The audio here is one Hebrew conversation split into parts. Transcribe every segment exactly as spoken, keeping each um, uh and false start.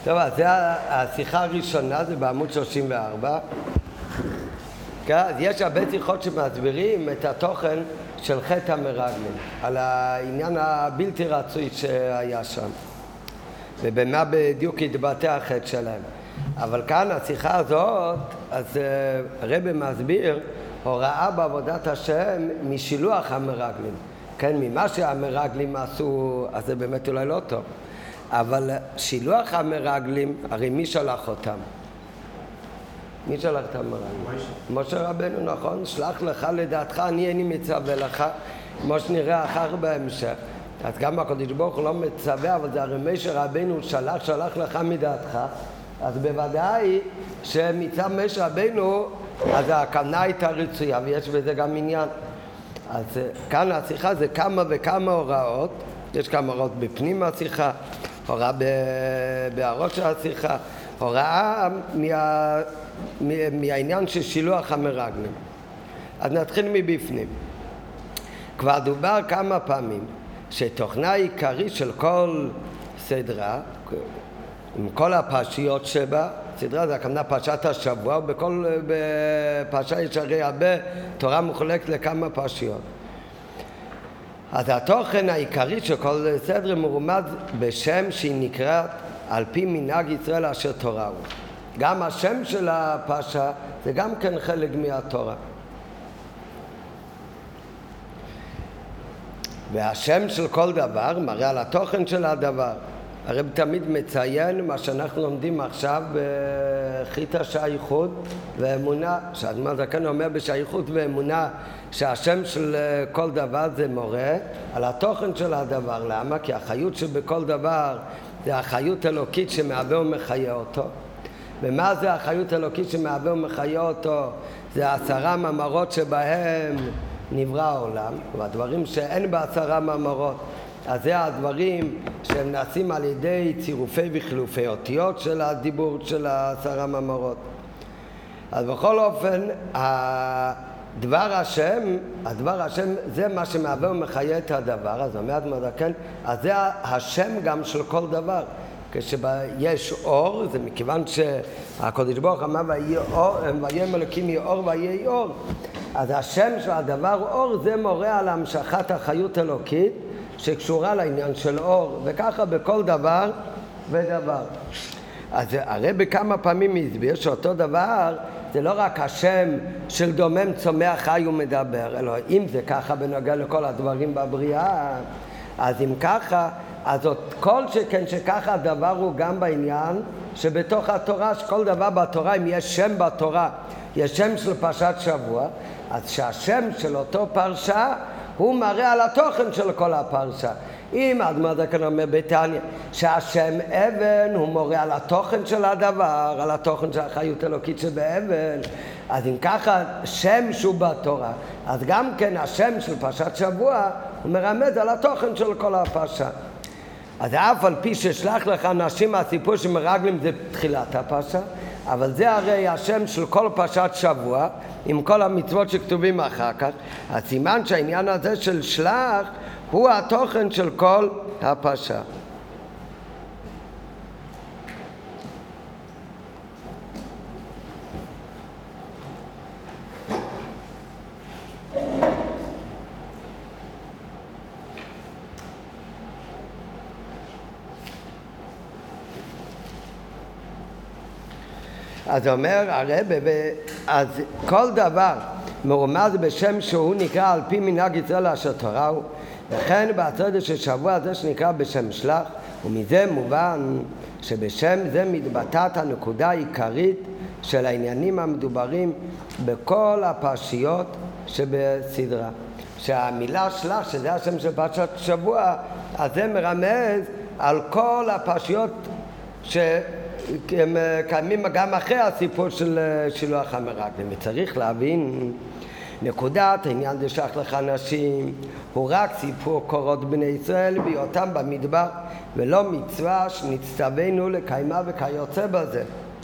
טוב, אז זה השיחה הראשונה, זה בעמוד שלושים וארבע. אז יש הרבה שיחות שמסבירים את התוכן של חטא המרגלים, על העניין הבלתי רצוי שהיה שם, ובמה בדיוק התבטא החטא שלהם. אבל כאן השיחה הזאת, אז הרב מסביר הוראה בעבודת השם משילוח המרגלים. כן, ממה שהמרגלים עשו, אז זה באמת אולי לא טוב. אבל שילוח המרגלים, הרי מי שלח אותם? מי שלח את המרגלים? משה רבנו, נכון? שלח לך לדעתך, אני איני מצווה לך, כמו שנראה אחר בהמשך. אז גם הקדוש ברוך הוא לא מצווה, אבל זה הרי משה רבנו שלח, שלח לך מדעתך. אז בוודאי שמצב משה רבנו, אז הכוונה הייתה רצויה, ויש בזה גם עניין. אז כאן השיחה זה כמה וכמה הוראות, יש כמה הוראות בפנים השיחה, הוראה בהראש השיחה, הוראה מה, מהעניין של שילוח המרגלים. אז נתחיל מבפנים. כבר דובר כמה פעמים שתוכנה העיקרית של כל סדרה, עם כל הפרשיות שבה, סדרה זה הכוונה פרשת השבוע, ובכל פרשה יש הרי הרבה תורה מחולקת לכמה פרשיות. אז התוכן העיקרי של כל סדרה מרומז בשם שהיא נקראת על פי מנהג ישראל אשר תורה הוא. גם השם של הפרשה זה גם כן חלק מהתורה. והשם של כל דבר מראה על התוכן של הדבר. הרב תמיד מציין מה שאנחנו לומדים עכשיו בחיטה שייכות ואמונה, שהאדמו"ר הזקן אומר בשייכות ואמונה שהשם של כל דבר זה מורה על התוכן של הדבר. למה? כי החיות שבכל דבר זה החיות אלוקית שמהווה ומחיה אותו. ומה זה החיות אלוקית שמהווה ומחיה אותו? זה עשרה מאמרות שבהם נברא העולם, והדברים שאין בעשרה מאמרות. אז זה הדברים שהם נעשים על ידי צירופי וחילופי אותיות של הדיבור של העשרה מאמרות. אז בכל אופן, הדבר השם, הדבר השם זה מה שמהווה ומחיה את הדבר, אז אומר אדמו"ר הזקן, אז זה השם גם של כל דבר. כשיש אור, זה מכיוון שהקדוש ברוך הוא אמר ויהי אלוקים יהיה אור ויהי אור. אז השם של הדבר אור זה מורה על המשכת החיות אלוקית שקשורה לעניין של אור, וככה בכל דבר ודבר. אז הרי בכמה פעמים הסביר שאותו דבר זה לא רק השם של דומם צומח חי ומדבר, אלא אם זה ככה בנוגע לכל הדברים בבריאה, אז אם ככה, אז עוד כל שכן שככה הדבר הוא גם בעניין שבתוך התורה, שכל דבר בתורה, אם יש שם בתורה, יש שם של פרשת שבוע, אז שהשם של אותו פרשה הוא מראה על התוכן של כל הפרשה. אם האדמו"ר הזקן אומר בתניא שהשם אבן הוא מורה על התוכן של הדבר, על התוכן של החיות אלוקית שבאבן, אז אם ככה שם שהוא בתורה, אז גם כן השם של פרשת שבוע הוא מרמז על התוכן של כל הפרשה. אז אף על פי ששלח לך אנשים מהסיפור שמרגלים זה תחילת הפרשה, אבל זה הרי השם של כל פרשת שבוע עם כל המצוות שכתובים אחר כך. הסימן שהעניין הזה של שלח הוא התוכן של כל הפרשה. אז אומר הרב, אז כל דבר מרומז בשם שהוא נקרא על פי מנהג ישראל אשר תורה הוא, וכן בהצודת של שבוע הזה שנקרא בשם שלח, ומזה מובן שבשם זה מתבטאת הנקודה העיקרית של העניינים המדוברים בכל הפרשיות שבסדרה. שהמילה שלח, שזה השם של פרשת שבוע, אז זה מרמז על כל הפרשיות ש... הם קיימים גם אחרי הסיפור של שילוח המרגלים. וצריך להבין נקודת העניין זה שלח לך אנשים הוא רק סיפור קורות בני ישראל בהיותם במדבר, ולא מצווה שנצטווינו לקיימה וכיוצא בזה.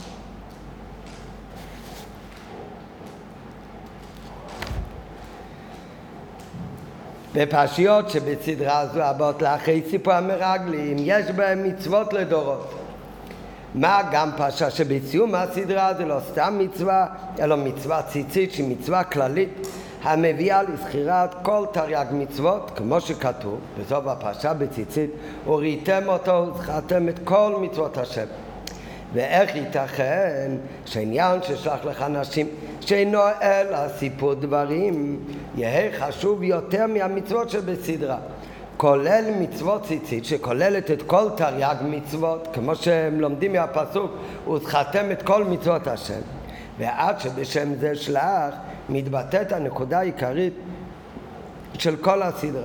בפרשיות שבסדרה הזו הבאות לאחרי סיפור המרגלים יש בהם מצוות לדורות. מה גם פרשה שבסיום הסדרה זה לא סתם מצווה, אלא מצווה ציצית שהיא מצווה כללית המביאה לזכירת כל תרי"ג מצוות, כמו שכתוב בסוף הפרשה בציצית, וראיתם אותו וזכרתם את כל מצוות השם. ואיך ייתכן שעניין ששלח לך אנשים שאינו אלא סיפור דברים יהיה חשוב יותר מהמצוות שבסדרה, כולל מצוות ציצית שכוללת את כל תרי"ג מצוות, כמו שהם לומדים מהפסוק וזכרתם את כל מצוות השם, ועד שבשם זה שלח מתבטאת הנקודה העיקרית של כל הסדרה.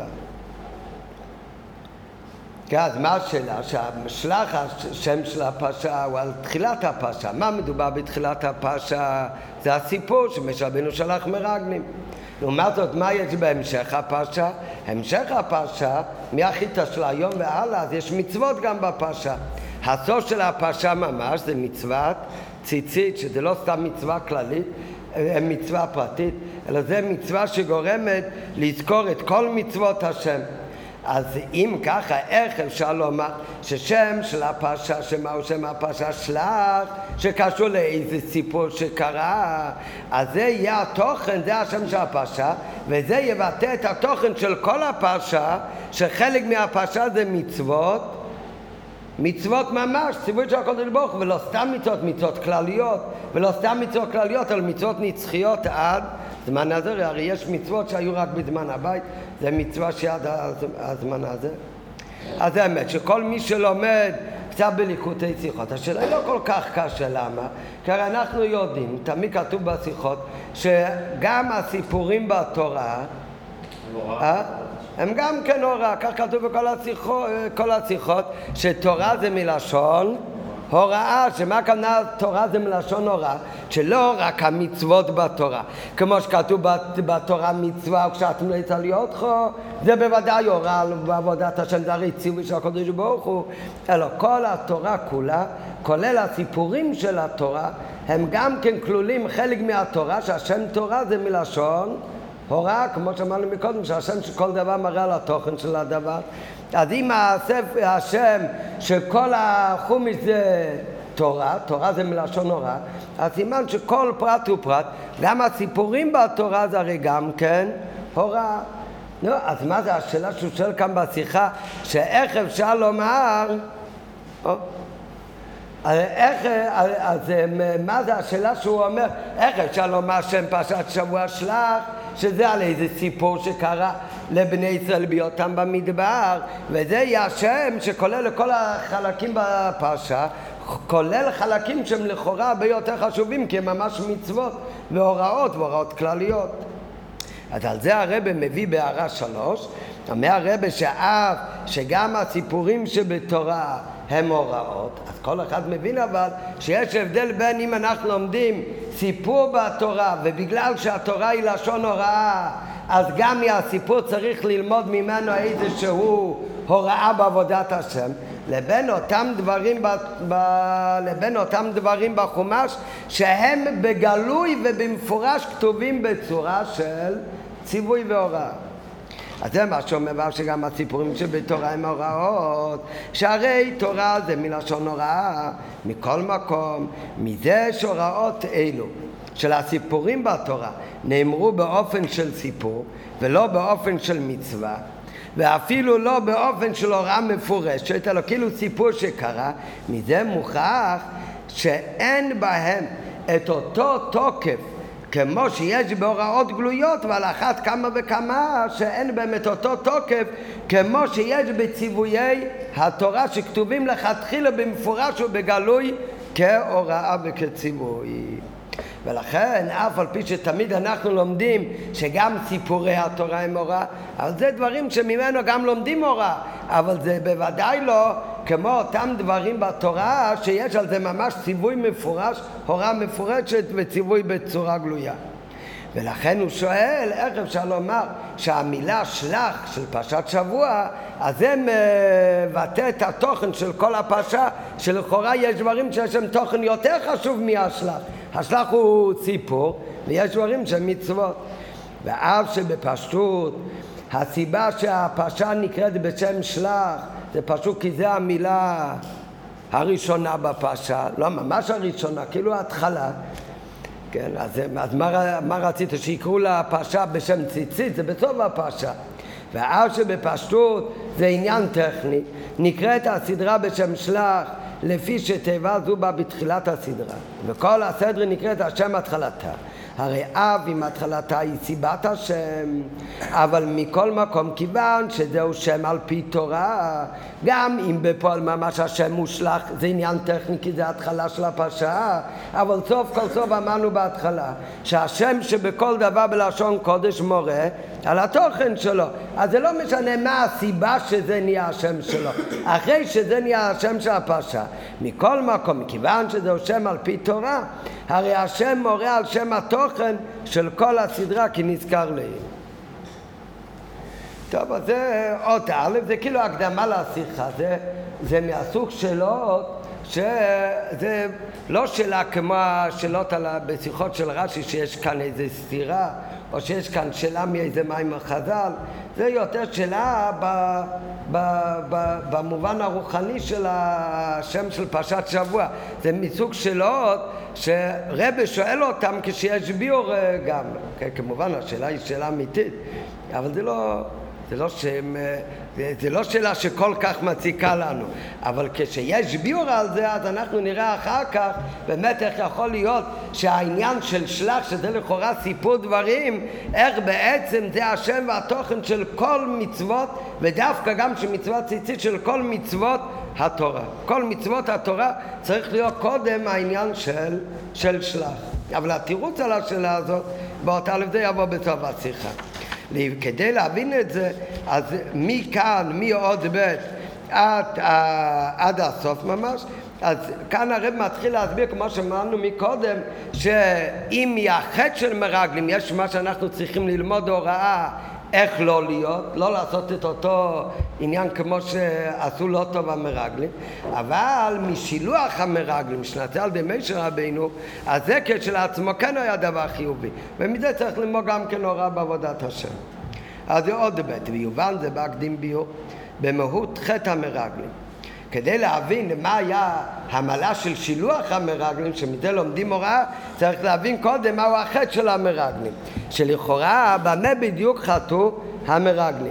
אז מה השאלה? שהשלח השם של הפרשה הוא על תחילת הפרשה. מה מדובר בתחילת הפרשה? זה הסיפור שמשה רבנו שלח מרגלים. לעומת זאת, מה יש בהמשך הפרשה? המשך הפרשה, מהחיטה של היום והלאה, אז יש מצוות גם בפרשה. הסוף של הפרשה ממש זה מצוות ציצית, שזה לא סתם מצווה כללית, מצווה פרטית, אלא זה מצווה שגורמת לזכור את כל מצוות השם. אז אם ככה, איך אפשר לומר ששם של הפרשה, שמהו שם הפרשה שלח, שקשור לאיזה סיפור שקרה, אז זה יהיה התוכן, זה השם של הפרשה, וזה יבטא את התוכן של כל הפרשה, שחלק מהפרשה זה מצוות, מצוות ממש, ציווי של הקדוש ברוך הוא, ולא סתם מצוות, מצוות כלליות, ולא סתם מצוות כלליות, אלא מצוות נצחיות עד זמן הזה. הרי יש מצוות שהיו רק בזמן הבית, זה מצווה שעד הזמן הזה. אז זה האמת שכל מי שלומד קצת בליקוטי שיחות, השאלה היא לא כל כך קשה. למה? כי אנחנו יודעים, תמיד כתוב בשיחות, שגם הסיפורים בתורה אה? הם גם כן הוראה, כך כתוב בכל השיחות, כל השיחות, שתורה זה מלשון הוראה. שמה כמובן תורה זה מלשון הוראה? שלא רק המצוות בתורה, כמו שכתוב בתורה מצווה וכשאתם להתעליות חו, זה בוודאי הוראה בעבודת השם, זה הרי ציווי של הקדוש ברוך הוא, אלא כל התורה כולה, כולל הסיפורים של התורה, הם גם כן כלולים חלק מהתורה, שהשם תורה זה מלשון הוראה, כמו שאמרנו מקודם, שהשם שכל דבר מראה על התוכן של הדבר. אז אם הספר, השם שכל החומש זה תורה, תורה זה מלשון הוראה, אז סימן שכל פרט ופרט, גם הסיפורים בתורה זה הרי גם כן הוראה. נו, אז מה זה השאלה שהוא שואל כאן בשיחה, שאיך אפשר לומר, או, איך, אז מה זה השאלה שהוא אומר, איך אפשר לומר שם פרשת שבוע שלח, שזה על איזה סיפור שקרה לבני ישראל בהיותם במדבר, וזה יהיה השם שכולל לכל החלקים בפרשה, כולל חלקים שהם לכאורה הרבה יותר חשובים, כי הם ממש מצוות והוראות והוראות כלליות. אז על זה הרב מביא בהערה שלוש, אומר הרב שאף שגם הסיפורים שבתורה הם הוראות, אז כל אחד מבין אבל שיש הבדל בין אם אנחנו לומדים סיפור בתורה ובגלל שהתורה היא לשון הוראה, אז גם מהסיפור צריך ללמוד ממנו איזשהו הוראה בעבודת השם, לבין אותם דברים ב, ב, לבין אותם דברים בחומש שהם בגלוי ובמפורש כתובים בצורה של ציווי והוראה. אז זה מה שאומר שגם הסיפורים שבתורה הם הוראות, שהרי תורה זה מלשון הוראה. מכל מקום, מזה שהוראות אלו של הסיפורים בתורה נאמרו באופן של סיפור ולא באופן של מצווה, ואפילו לא באופן של הוראה מפורשת, אלא כאילו סיפור שקרה, מזה מוכח שאין בהם את אותו תוקף כמו שיש בהוראות גלויות, ועל אחת כמה וכמה שאין באמת אותו תוקף כמו שיש בציוויי התורה שכתובים לכתחילה במפורש ובגלוי כהוראה וכציווי. ולכן אף על פי שתמיד אנחנו לומדים שגם סיפורי התורה הם הוראה, אבל זה דברים שממנו גם לומדים הוראה, אבל זה בוודאי לא כמו אותם דברים בתורה שיש על זה ממש ציווי מפורש, הוראה מפורשת וציווי בצורה גלויה. ולכן הוא שואל איך אפשר לומר שהמילה שלח של פרשת שבוע, אז זה מבטא את התוכן של כל הפרשה, שלכאורה יש דברים שיש שם תוכן יותר חשוב מהשלח. השלח הוא סיפור ויש דברים שהם מצוות. ואף שבפשטות הסיבה שהפרשה נקראת בשם שלח זה פשוט כי זה המילה הראשונה בפרשה, לא ממש הראשונה, כאילו ההתחלה. כן, אז, אז מה, מה רצית? שיקראו לפרשה בשם ציצית, זה בסוף הפרשה. ואף שבפשטות זה עניין טכני, נקראת הסדרה בשם שלח, לפי שתיבה זו בה בתחילת הסדרה. וכל הסדרה נקראת השם התחלתה. הרי אב עם התחלתה היא סיבת השם, אבל מכל מקום כיוון שזהו שם על פי תורה, גם אם בפועל ממש השם מושלח, זה עניין טכני כי זה התחלה של הפרשה, אבל סוף כל סוף אמרנו בהתחלה שהשם שבכל דבר בלשון קודש מורה על התוכן שלו, אז זה לא משנה מה הסיבה שזה נהיה השם שלו, אחרי שזה נהיה השם של הפרשה. מכל מקום, מכיוון שזהו שם על פי תורה, הרי השם מורה על שם התוכן של כל הסדרה כי נזכר לעיל. טוב, אז זה עוד א', זה כאילו הקדמה לשיחה, זה, זה מהסוג שאלות שזה לא שאלה כמו השאלות בשיחות של רש"י שיש כאן איזו סתירה או שיש כאן שאלה מאיזה מים החז"ל, זה יותר שאלה ב, ב, ב, במובן הרוחני של השם של פרשת שבוע. זה מסוג שאלות שרבי שואל אותם כשיש ביור גם. כן, כמובן השאלה היא שאלה אמיתית, אבל זה לא... זה לא, שהם, זה, זה לא שאלה שכל כך מציקה לנו, אבל כשיש ביור על זה, אז אנחנו נראה אחר כך באמת איך יכול להיות שהעניין של שלח, שזה לכאורה סיפור דברים, איך בעצם זה השם והתוכן של כל מצוות, ודווקא גם שמצוות ציצית של כל מצוות התורה. כל מצוות התורה צריך להיות קודם העניין של, של שלח. אבל התירוץ על השאלה הזאת, באותה א' זה יבוא בסוף השיחה. כדי להבין את זה, אז מכאן, מעוד בית עד, עד הסוף ממש, אז כאן הרב מתחיל להסביר, כמו שאמרנו מקודם, שאם מהחטא של מרגלים יש מה שאנחנו צריכים ללמוד הוראה איך לא להיות, לא לעשות את אותו עניין כמו שעשו לא טוב המרגלים, אבל משילוח המרגלים שנעשה על ידי משה רבינו, אז זה כשלעצמו כן היה דבר חיובי, ומזה צריך ללמוד גם כן הוראה בעבודת השם. אז זה עוד בית, ויובן זה בהקדים ביור במהות חטא המרגלים. כדי להבין מה היה המעלה של שילוח המרגלים, שמזה לומדים הוראה, צריך להבין קודם מהו החטא של המרגלים, שלכאורה במה בדיוק חטאו המרגלים.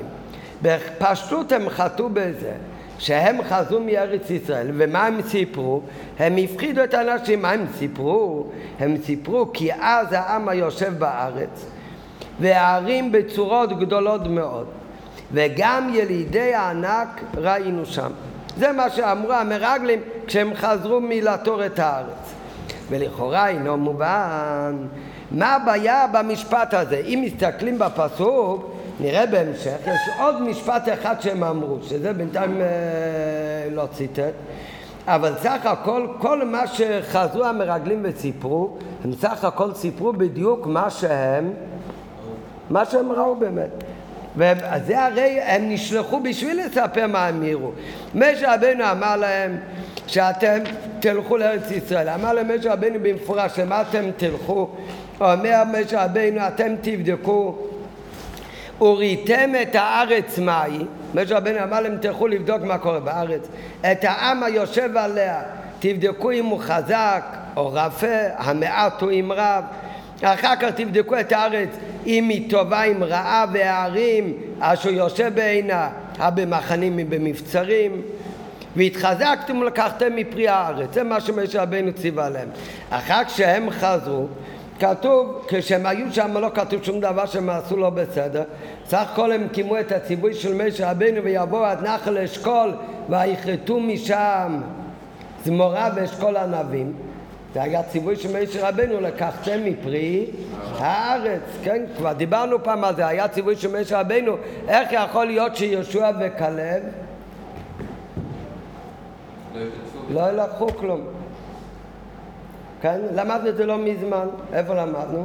בפשטות הם חטאו בזה שהם חזרו מארץ ישראל, ומה הם סיפרו? הם הפחידו את האנשים. מה הם סיפרו? הם סיפרו כי אז העם היושב בארץ והערים בצורות גדולות מאוד, וגם ילידי הענק ראינו שם. זה מה שאמרו המרגלים כשהם חזרו מלעתור את הארץ. ולכאורה אינו מובן מה הבעיה במשפט הזה. אם מסתכלים בפסוק נראה בהמשך, יש עוד משפט אחד שהם אמרו, שזה בינתיים אה, לא ציטט, אבל סך הכל, כל מה שחזרו המרגלים וסיפרו, הם סך הכל סיפרו בדיוק מה שהם, מה שהם ראו באמת. וזה הרי הם נשלחו בשביל לספר מה הם יראו. משה רבנו אמר להם שאתם תלכו לארץ ישראל, אמר להם משה רבנו במפורש למה אתם תלכו, אומר משה רבנו אתם תבדקו וראיתם את הארץ מהי. משה רבנו אמר להם תלכו לבדוק מה קורה בארץ, את העם היושב עליה תבדקו אם הוא חזק או רפה, המעט או אם רב, אחר כך תבדקו את הארץ אם היא טובה אם רעה, והערים אשר יושב בעינה במחנים במבצרים, והתחזקתם ולקחתם מפרי הארץ. זה מה שמשה רבנו ציווה להם. אחר כשהם חזרו, כתוב, כשהם היו שם לא כתוב שום דבר שהם עשו לא בסדר, סך הכל הם קימו את הציווי של משה רבנו ויבואו עד נחל אשכול ויכרתו משם זמורה ואשכול ענבים. זה היה ציווי של משה רבנו, לקחתם מפרי הארץ. כן, כבר דיברנו פעם על זה, היה ציווי של משה רבנו, איך יכול להיות שיהושע וכלב לא לקחו כלום? כן, למדנו את זה לא מזמן. איפה למדנו?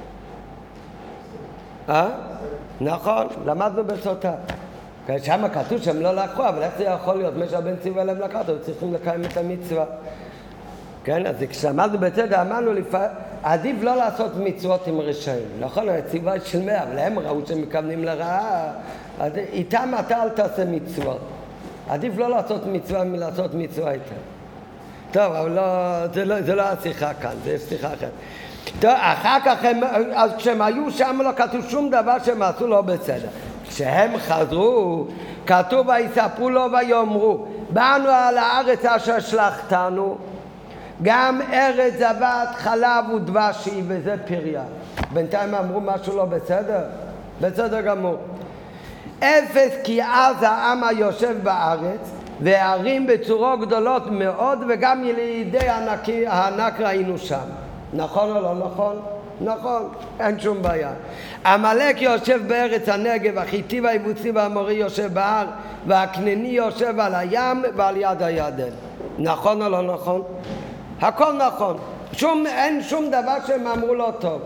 אה? נכון, למדנו בסוטה. שם כתוב שהם לא לקחו, אבל איך זה יכול להיות? משה רבנו ציווה להם לקחת, הם צריכים לקיים את המצווה. כן, אז כשעמדנו בצדע אמרנו לפעמים עדיף לא לעשות מצוות עם רשעים. נכון, הציווה של מאה, אבל הם ראו שהם מכוונים לרעה, אז איתם אתה אל תעשה מצוות. עדיף לא לעשות מצווה מלעשות מצווה איתם. טוב, אבל לא, זה לא, זה לא השיחה כאן, זה שיחה אחרת. טוב, אחר כך הם, אז כשהם היו שם לא כתוב שום דבר שהם עשו לא בסדר. כשהם חזרו, כתוב ויספרו לו ויאמרו, באנו על הארץ אשר שלחתנו, גם ארץ זבת חלב ודבש היא וזה פריה. בינתיים אמרו משהו לא בסדר? בסדר גמור. אפס כי אז העם היושב בארץ והערים בצורות גדולות מאוד וגם ילידי הענק ראינו שם. נכון או לא נכון? נכון, אין שום בעיה. עמלק יושב בארץ הנגב, החיטי והיבוסי והאמורי יושב בהר, והכנעני יושב על הים ועל יד הירדן. נכון או לא נכון? הכל נכון. שום, אין שום דבר שהם אמרו לא טוב.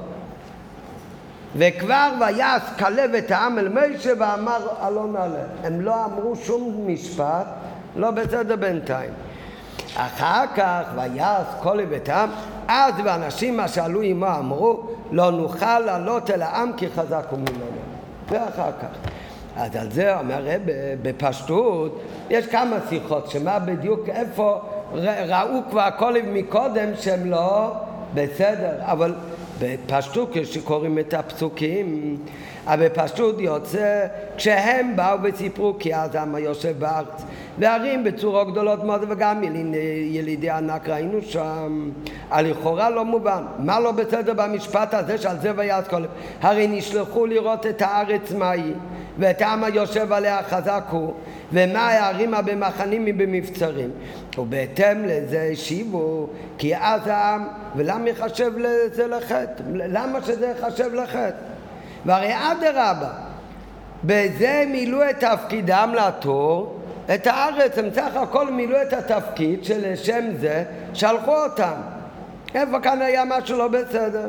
וכבר ויעש כלב את העם אל משה ואמר אלון נעלה. הם לא אמרו שום משפט, לא בסדר בינתיים. אחר כך ויעש כלב את העם, אז ואנשים מה שאלו עמו אמרו לא נוכל לעלות אל העם כי חזק הוא ממנו. ואחר כך. אז על זה אומר בפשטות, יש כמה שיחות שמה בדיוק איפה ראו כבר כלב מקודם שהם לא בסדר, אבל בפשטות כשקוראים את הפסוקים, אבל בפשטות יוצא כשהם באו וסיפרו כי אז העם יושב בארץ והערים בצורות גדולות מאוד וגם ילידי ענק ראינו שם. לכאורה לא מובן מה לא בסדר במשפט הזה שעל זה ויעש כלב, הרי נשלחו לראות את הארץ מהי ואת העם היושב עליה חזק הוא ומה הערים במחנים במבצרים, ובהתאם לזה השיבו כי אז העם, ולמה יחשב לזה לחטא? למה שזה יחשב לחטא? והרי אדרבה, בזה מילאו את תפקידם לתור את הארץ, הם סך הכל מילאו את התפקיד שלשם זה שלחו אותם. איפה כאן היה משהו לא בסדר?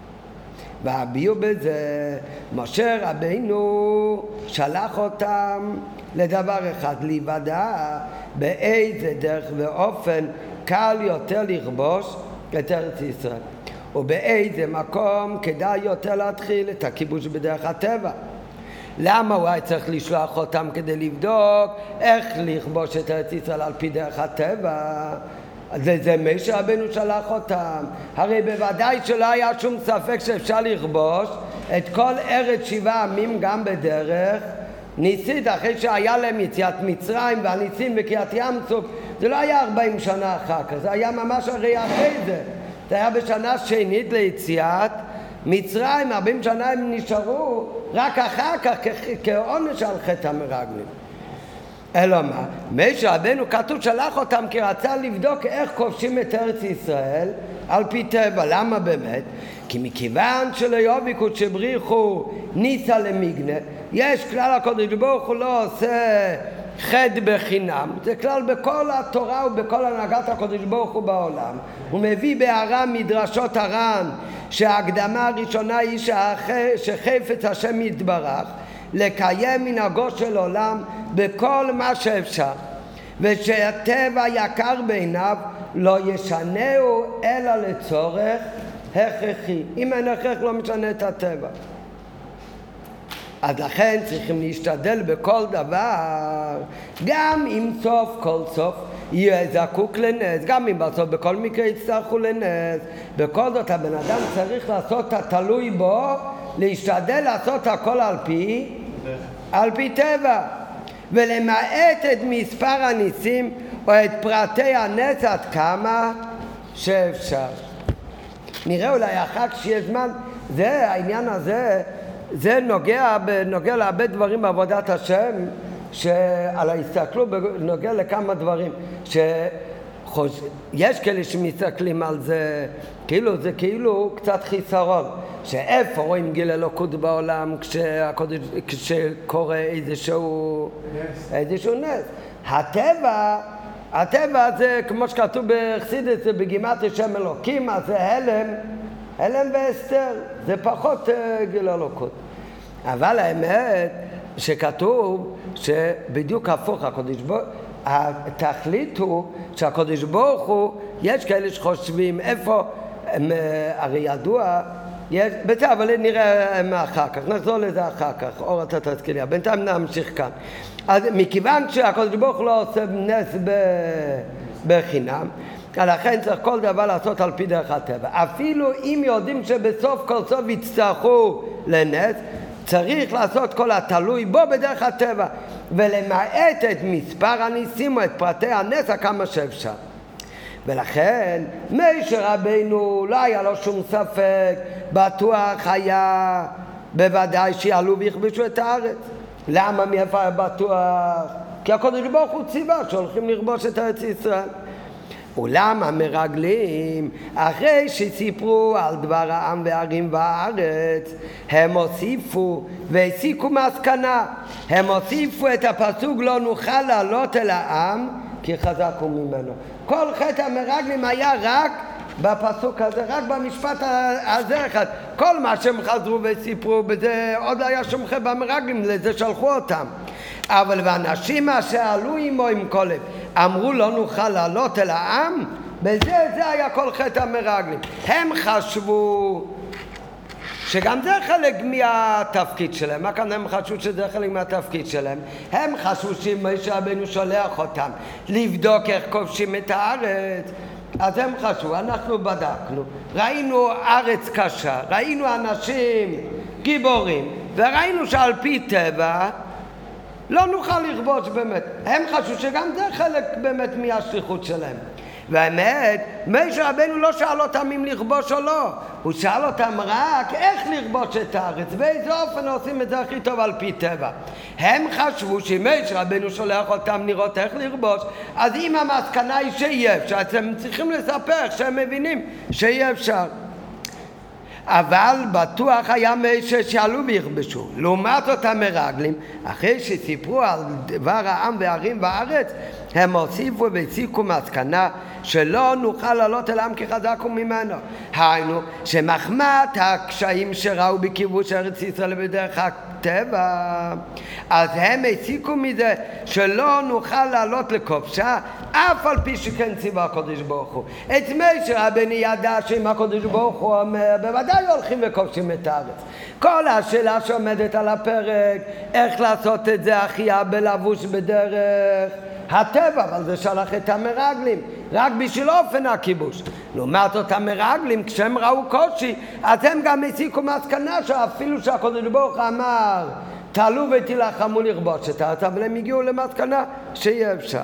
והביאו בזה, משה רבינו שלח אותם לדבר אחד, להיוודע באיזה דרך ואופן קל יותר לכבוש את ארץ ישראל, ובאיזה מקום כדאי יותר להתחיל את הכיבוש בדרך הטבע. למה הוא היה צריך לשלוח אותם? כדי לבדוק איך לכבוש את ארץ ישראל על פי דרך הטבע. זה, זה משה רבנו שלח אותם. הרי בוודאי שלא היה שום ספק שאפשר לכבוש את כל ארץ שבעה עמים גם בדרך ניסית, אחרי שהיה להם יציאת מצרים והניסים בקריעת ים סוף. זה לא היה ארבעים שנה אחר כך, זה היה ממש הרי אחרי זה. זה היה בשנה שנית ליציאת מצרים, ארבעים שנה הם נשארו רק אחר כך כעונש על חטא המרגלים. אלא מה? משה רבנו כתוב שלח אותם כי רצה לבדוק איך כובשים את ארץ ישראל על פי טבע. למה באמת? כי מכיוון שלא יוביקו שבריחו ניסה למגנה, יש כלל הקודש ברוך הוא לא עושה חטא בחינם, זה כלל בכל התורה ובכל הנהגת הקודש ברוך הוא בעולם. הוא מביא בהר"ן מדרשות הר"ן שההקדמה הראשונה היא שחפץ השם יתברך לקיים מנהגו של עולם בכל מה שאפשר, ושהטבע יקר בעיניו לא ישנהו אלא לצורך הכרחי. אם אין הכרח לא משנה את הטבע. אז לכן צריכים להשתדל בכל דבר, גם אם סוף כל סוף יהיה זקוק לנס, גם אם בסוף בכל מקרה יצטרכו לנס, בכל זאת הבן אדם צריך לעשות התלוי בו, להשתדל לעשות הכל על פי על פי טבע, ולמעט את מספר הניסים או את פרטי הנס עד כמה שאפשר. נראה אולי אחר כך שיש זמן. זה העניין הזה, זה נוגע, נוגע להרבה דברים בעבודת השם, שעל ההסתכלות נוגע לכמה דברים שחוש... יש כאלה שמסתכלים על זה כאילו זה כאילו קצת חיסרון, שאיפה רואים גיל אלוקות בעולם כשהקודש, כשקורה איזשהו איזשהו נס. הטבע הטבע זה כמו שכתוב בחסידות, זה בגימטריה שם אלוקים, אז זה הלם הלם ואסתר, זה פחות גיל אלוקות. אבל האמת שכתוב שבדיוק הפוך, הקודש ברוך התכלית הוא שהקודש ברוך הוא, יש כאלה שחושבים איפה, הם, הרי ידוע, יש, בסדר, אבל נראה אחר כך, נחזור לזה אחר כך, אור אתה תזכיר לי, בינתיים נמשיך כאן. אז מכיוון שהקודש ברוך הוא לא עושה נס בחינם, לכן צריך כל דבר לעשות על פי דרך הטבע. אפילו אם יודעים שבסוף כל סוף יצטרכו לנס, צריך לעשות כל התלוי בו בדרך הטבע, ולמעט את מספר הניסים או את פרטי הנס כמה שאפשר. ולכן משה רבינו לא היה לו שום ספק, בטוח היה בוודאי שיעלו ויכבשו את הארץ. למה מאיפה היה בטוח? כי הקדוש ברוך הוא ציווה שהולכים לכבוש את ארץ ישראל. אולם המרגלים, אחרי שסיפרו על דבר העם והערים והארץ, הם הוסיפו והסיקו מסקנה. הם הוסיפו את הפסוק לא נוכל לעלות אל העם כי חזק הוא ממנו. כל חטא המרגלים היה רק בפסוק הזה, רק במשפט הזה אחד. כל מה שהם חזרו וסיפרו בזה, עוד היה שום חטא במרגלים, לזה שלחו אותם. אבל ואנשים שעלו עמו עם קולב אמרו לא נוכל לעלות אל העם, בזה זה היה כל חטא המרגלים. הם חשבו שגם זה חלק מהתפקיד שלהם. מה כאן הם חשבו שזה חלק מהתפקיד שלהם? הם חשבו שמשה רבנו שולח אותם לבדוק איך כובשים את הארץ. אז הם חשבו, אנחנו בדקנו, ראינו ארץ קשה, ראינו אנשים גיבורים, וראינו שעל פי טבע לא נוכל לכבוש באמת. הם חשבו שגם זה חלק באמת מהשליחות שלהם. והאמת, משה רבנו לא שאל אותם אם לכבוש או לא, הוא שאל אותם רק איך לכבוש את הארץ, באיזה אופן עושים את זה הכי טוב על פי טבע. הם חשבו שמשה רבנו שולח אותם לראות איך לכבוש, אז אם המסקנה היא שיהיה אפשר, אז הם צריכים לספר שהם מבינים שיהיה אפשר. אבל בטוח היה משה שעלו ויכבשו. לעומת אותם מרגלים, אחרי שסיפרו על דבר העם והערים בארץ, הם הוסיפו והסיקו מסקנה שלא נוכל לעלות אל העם כי חזק הוא ממנו. היינו שמחמת הקשיים שראו בכיבוש ארץ ישראל בדרך הטבע, אז הם הסיקו מזה שלא נוכל לעלות לכובשה, אף על פי שכן ציווה הקדוש ברוך הוא. את משה רבנו ידע שאם הקדוש ברוך הוא אומר, בוודאי הולכים וכובשים את הארץ. כל השאלה שעומדת על הפרק, איך לעשות את זה הכי בלבוש בדרך הטבע, אבל זה שלח את המרגלים רק בשביל אופן הכיבוש. לעומת אותם מרגלים, כשהם ראו קושי, אז הם גם הסיקו מסקנה שאפילו שהקדוש ברוך אמר תעלו ותילחמו לכבוש את הארץ, אבל הם הגיעו למסקנה שיהיה אפשר.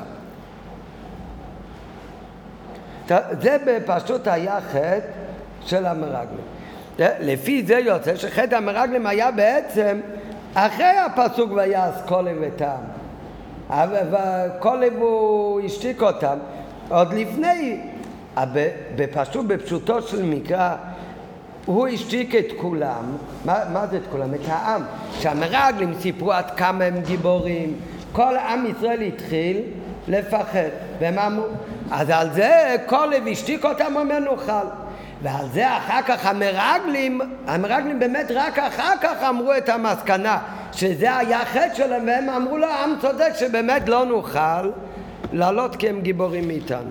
זה בפשוט היה חטא של המרגלים. לפי זה יוצא שחטא המרגלים היה בעצם אחרי הפסוק ויעש קולב וטעם. וקולב הוא השתיק אותם עוד לפני, בפשוט בפשוטו של מקרא, הוא השתיק את כולם. מה, מה זה את כולם? את העם. שהמרגלים סיפרו עד כמה הם גיבורים, כל עם ישראל התחיל לפחד, והם אמרו, אז על זה קולב השתיק אותם אומר נוכל. ועל זה אחר כך המרגלים, המרגלים באמת רק אחר כך אמרו את המסקנה שזה היה חטא שלהם, והם אמרו לו, העם צודק שבאמת לא נוכל לעלות כי הם גיבורים מאיתנו.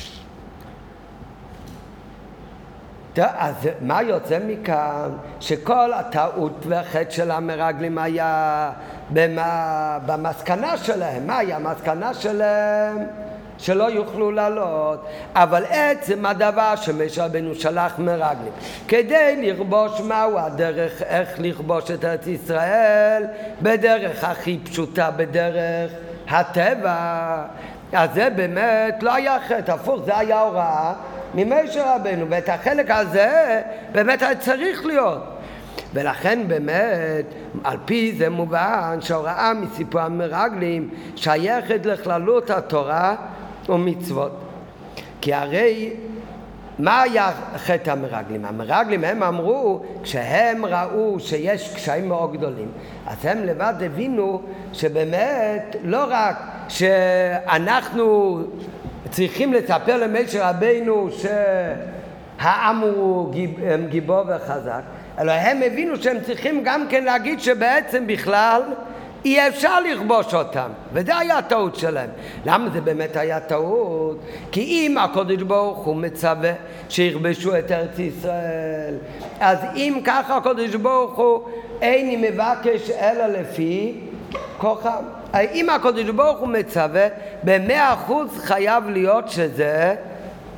אז מה יוצא מכאן? שכל הטעות והחטא של המרגלים היה במה, במסקנה שלהם. מה היה המסקנה שלהם? שלא יוכלו לעלות. אבל עצם הדבר שמשה רבנו שלח מרגלים כדי לכבוש, מהו הדרך איך לכבוש את ארץ ישראל? בדרך הכי פשוטה, בדרך הטבע. אז זה באמת לא היה חטא, הפוך, זה היה הוראה ממשה רבנו, ואת החלק הזה באמת היה צריך להיות. ולכן באמת על פי זה מובן שההוראה מסיפור המרגלים שייכת לכללות התורה ומצוות. כי הרי מה היה חטא המרגלים? המרגלים הם אמרו, כשהם ראו שיש קשיים מאוד גדולים, אז הם לבד הבינו שבאמת לא רק שאנחנו צריכים לספר למשה רבנו שהעם הוא גיבור וחזק, אלא הם הבינו שהם צריכים גם כן להגיד שבעצם בכלל אי אפשר לכבוש אותם, וזה היה הטעות שלהם. למה זה באמת היה טעות? כי אם הקדוש ברוך הוא מצווה שיכבשו את ארץ ישראל, אז אם ככה הקדוש ברוך הוא איני מבקש אלא לפי כוחם. אם הקדוש ברוך הוא מצווה, במאה אחוז חייב להיות שזה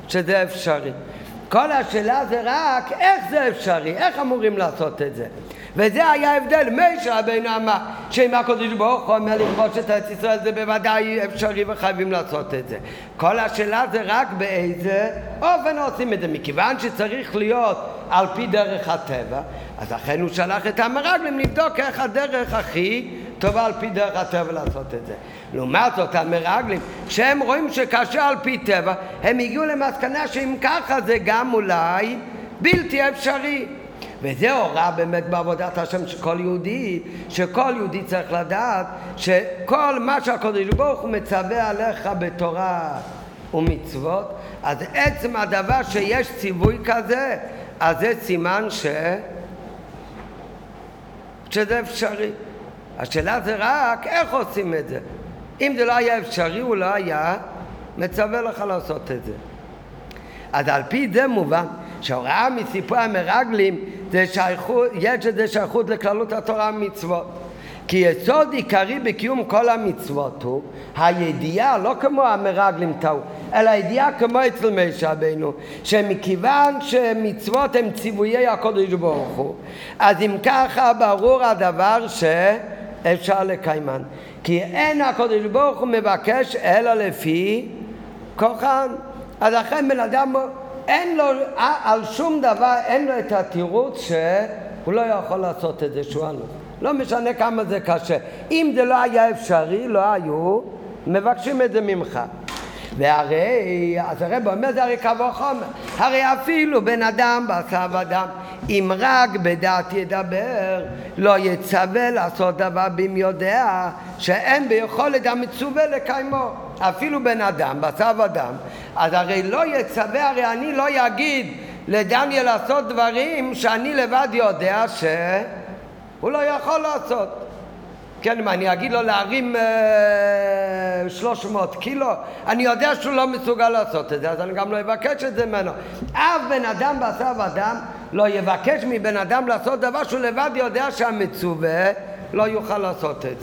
שזה אפשרי. כל השאלה זה רק איך זה אפשרי, איך אמורים לעשות את זה. וזה היה הבדל. משה רבינו אמר שאם הקדוש ברוך הוא אומר לכבוש את ארץ ישראל זה בוודאי אפשרי וחייבים לעשות את זה. כל השאלה זה רק באיזה אופן עושים את זה. מכיוון שצריך להיות על פי דרך הטבע, אז לכן הוא שלח את המרגלים לבדוק איך הדרך הכי טובה על פי דרך הטבע לעשות את זה. לעומת זאת המרגלים, כשהם רואים שקשה על פי טבע, הם הגיעו למסקנה שאם ככה זה גם אולי בלתי אפשרי. וזה הוראה באמת בעבודת השם שכל יהודי, שכל יהודי צריך לדעת שכל מה שהקדוש ברוך הוא מצווה עליך בתורה ומצוות, אז עצם הדבר שיש ציווי כזה, אז זה סימן ש... שזה אפשרי. השאלה זה רק איך עושים את זה. אם זה לא היה אפשרי, הוא לא היה מצווה לך לעשות את זה. אז על פי זה מובן שההוראה מסיפור המרגלים זה שייכות, יש את זה שייכות לכללות התורה המצוות. כי יסוד עיקרי בקיום כל המצוות הוא הידיעה, לא כמו המרגלים טעו, אלא הידיעה כמו אצל משה רבינו, שמכיוון שמצוות הם ציוויי הקדוש ברוך הוא, אז אם ככה ברור הדבר שאפשר לקיימן. כי אין הקדוש ברוך הוא מבקש אלא לפי כוחן. אז לכן בן אדם אין לו, על שום דבר אין לו את התירוץ שהוא לא יכול לעשות את זה שואנו. לא משנה כמה זה קשה. אם זה לא היה אפשרי, לא היו מבקשים את זה ממך. והרי, אז הרב אומר זה הרי קו החומר. הרי אפילו בן אדם בשר ודם, אם רק בדעת ידבר, לא יצווה לעשות דבר אם יודע שאין ביכולת המצווה לקיימו. אפילו בן אדם, בשר ודם, אז הרי לא יצווה, הרי אני לא יגיד לדניאל לעשות דברים שאני לבד יודע שהוא לא יכול לעשות. כן, מה, אני אגיד לו להרים אה, שלוש מאות קילו? אני יודע שהוא לא מסוגל לעשות את זה, אז אני גם לא אבקש את זה ממנו. אף בן אדם בשר ודם לא יבקש מבן אדם לעשות דבר שהוא לבד יודע שהמצווה לא יוכל לעשות את זה.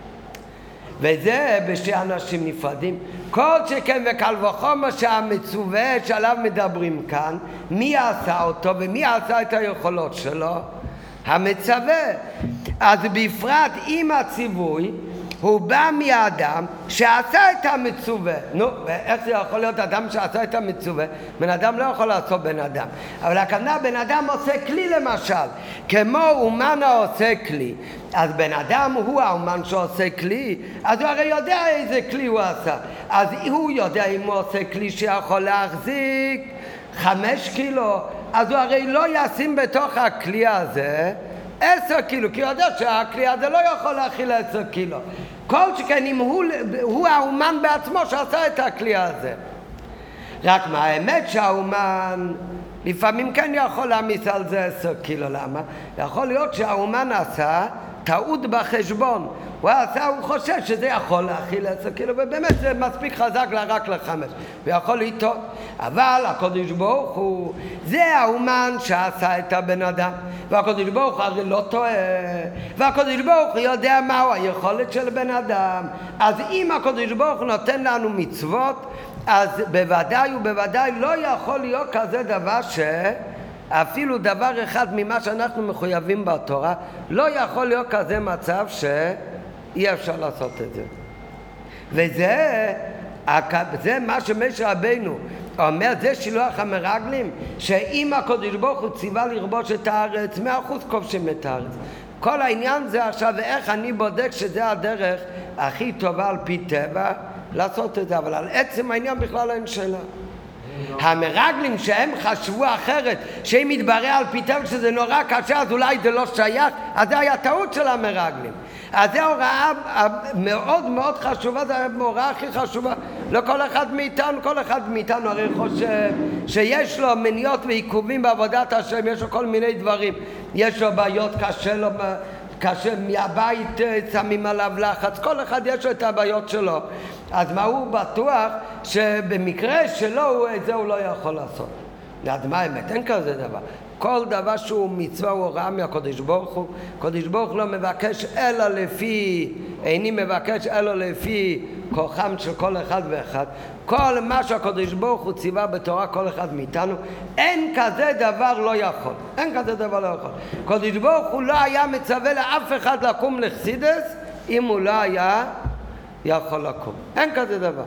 וזה בשתי אנשים נפרדים. כל שכן וקל וחומר שהמצווה שעליו מדברים כאן, מי עשה אותו ומי עשה את היכולות שלו? המצווה. אז בפרט עם הציווי הוא בא מהאדם שעשה את המצווה. נו, איך זה יכול להיות אדם שעשה את המצווה? בן אדם לא יכול לעשות בן אדם. אבל הכוונה בן אדם עושה כלי למשל, כמו אומן העושה כלי. אז בן אדם הוא האומן שעושה כלי, אז הוא הרי יודע איזה כלי הוא עשה. אז הוא יודע אם הוא עושה כלי שיכול להחזיק חמש קילו, אז הוא הרי לא ישים בתוך הכלי הזה עשר קילו, כי הוא יודע שהכלי הזה לא יכול להכיל עשר קילו. כל שכן אם הוא, הוא האומן בעצמו שעשה את הכלי הזה. רק מה האמת שהאומן לפעמים כן יכול להמיס על זה עשר קילו. למה? יכול להיות שהאומן עשה טעות בחשבון. הוא עשה, הוא חושב שזה יכול להכיל עשר קילו, ובאמת זה מספיק חזק רק לחמש, ויכול לטעות. אבל הקדוש ברוך הוא, זה האומן שעשה את הבן אדם, והקדוש ברוך הוא הרי לא טועה, והקדוש ברוך הוא יודע מהו היכולת של בן אדם. אז אם הקדוש ברוך הוא נותן לנו מצוות, אז בוודאי ובוודאי לא יכול להיות כזה דבר ש... אפילו דבר אחד ממה שאנחנו מחויבים בתורה, לא יכול להיות כזה מצב שאי אפשר לעשות את זה. וזה זה מה שמשה רבינו אומר, זה שילוח המרגלים, שאם הקדוש ברוך הוא ציווה לרבוש את הארץ, מאה אחוז כובשים את הארץ. כל העניין זה עכשיו איך אני בודק שזה הדרך הכי טובה על פי טבע לעשות את זה, אבל על עצם העניין בכלל אין שאלה. המרגלים שהם חשבו אחרת, שאם יתברר על פי טבע שזה נורא קשה אז אולי זה לא שייך, אז זה היה טעות של המרגלים. אז זו הוראה מאוד מאוד חשובה, זו ההוראה הכי חשובה לכל אחד מאיתנו. כל אחד מאיתנו הרי חושב שיש לו מניעות ועיכובים בעבודת השם, יש לו כל מיני דברים, יש לו בעיות, קשה לו, קשה מהבית שמים עליו לחץ, כל אחד יש לו את הבעיות שלו. אז מה הוא בטוח שבמקרה שלו את זה הוא לא יכול לעשות. אז מה האמת? אין כזה דבר. כל דבר שהוא מצווה הוא הוראה מהקדוש ברוך הוא. הקדוש ברוך הוא לא מבקש אלא לפי, איני מבקש אלא לפי כוחם של כל אחד ואחד. כל מה שהקדוש ברוך הוא ציווה בתורה כל אחד מאיתנו, אין כזה דבר לא יכול. אין כזה דבר לא יכול. הקדוש ברוך הוא לא היה מצווה לאף אחד לקום לחסידס אם הוא לא היה יכול לקום. אין כזה דבר.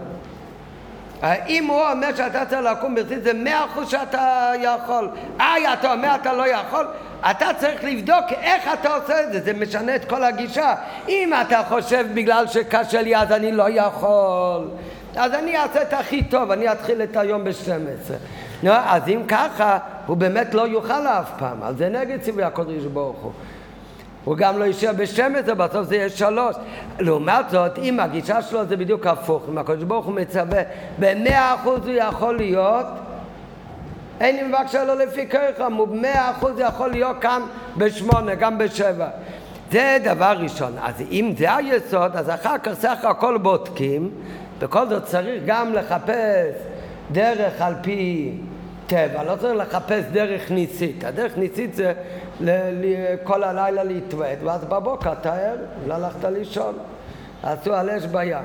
אם הוא אומר שאתה צריך לקום בחסידס זה מאה אחוז שאתה יכול. איי, אתה אומר אתה לא יכול, אתה צריך לבדוק איך אתה עושה את זה. זה משנה את כל הגישה. אם אתה חושב בגלל שקשה לי אז אני לא יכול, אז אני אעשה את הכי טוב, אני אתחיל את היום ב-שתים עשרה. לא, אז אם ככה, הוא באמת לא יוכל אף פעם. אז זה נגד ציווי הקדוש ברוך הוא. הוא גם לא יישאר ב-שתים עשרה, בסוף זה יהיה שלוש. לעומת זאת, אם הגישה שלו זה בדיוק הפוך, אם הקדוש ברוך הוא מצווה, ב-מאה אחוז הוא יכול להיות, אין לי מבקשה לו לפי כרחם, הוא ב-מאה אחוז יכול להיות כאן בשמונה, גם בשבע. זה דבר ראשון. אז אם זה היסוד, אז אחר כך סך הכל בודקים, בכל זאת צריך גם לחפש דרך על פי טבע, לא צריך לחפש דרך ניסית. הדרך ניסית זה ל- ל- כל הלילה להתוות, ואז בבוקר תאר, לא הלכת לישון, עשו על אש בים.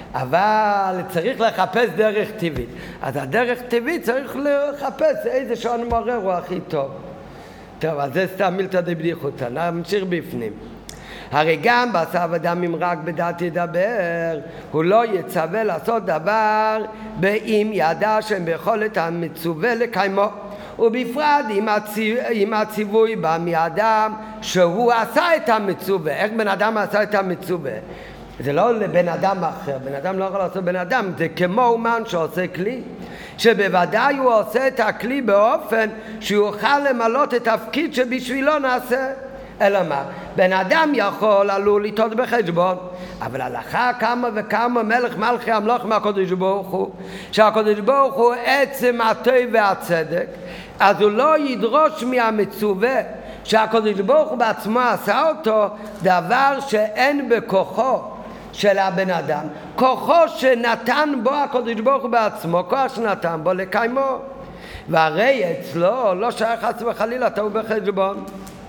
אבל צריך לחפש דרך טבעית. אז הדרך טבעית צריך לחפש איזה שעון מעורר הוא הכי טוב. טוב, אז זה סתם מילתא דבדיחותא, נמשיך בפנים. הרי גם בעשה אדם אם רק בדעת ידבר, הוא לא יצווה לעשות דבר באם ידע שהם ביכולת המצווה לקיימו, ובפרט אם הציווי בא מאדם שהוא עשה את המצווה. איך בן אדם עשה את המצווה? זה לא לבן אדם אחר, בן אדם לא יכול לעשות בן אדם, זה כמו אומן שעושה כלי, שבוודאי הוא עושה את הכלי באופן שיוכל למלות את התפקיד שבשבילו נעשה. אלא מה? בן אדם יכול, עלול לטעות בחשבון, אבל הלכה כמה וכמה מלך מלכי המלוך מהקדוש ברוך הוא, שהקדוש ברוך הוא עצם הטוב והצדק, אז הוא לא ידרוש מהמצווה שהקדוש ברוך הוא בעצמו עשה אותו, דבר שאין בכוחו של הבן אדם, כוחו שנתן בו הקדוש ברוך הוא בעצמו, כוח שנתן בו לקיימו, והרי אצלו לא שייך חס וחלילה טעות בחשבון,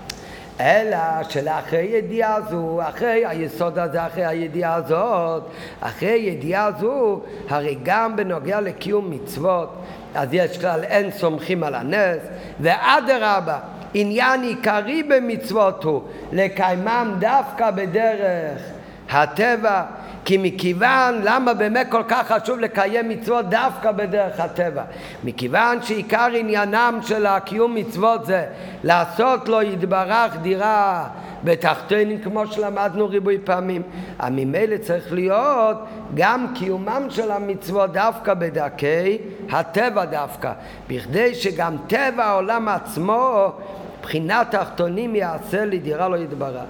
אלא שלאחרי ידיעה זו, אחרי היסוד הזה, אחרי הידיעה הזאת, אחרי ידיעה זו, הרי גם בנוגע לקיום מצוות, אז יש כלל אין סומכים על הנס, ואדרבה, עניין עיקרי במצוות הוא לקיימם דווקא בדרך הטבע, כי מכיוון, למה באמת כל כך חשוב לקיים מצוות דווקא בדרך הטבע? מכיוון שעיקר עניינם של הקיום מצוות זה לעשות לו יתברך דירה בתחתונים, כמו שלמדנו ריבוי פעמים. ממילא צריך להיות גם קיומם של המצוות דווקא בדרכי הטבע דווקא, בכדי שגם טבע העולם עצמו בחינת תחתונים יעשה לי דירה לא יתברך.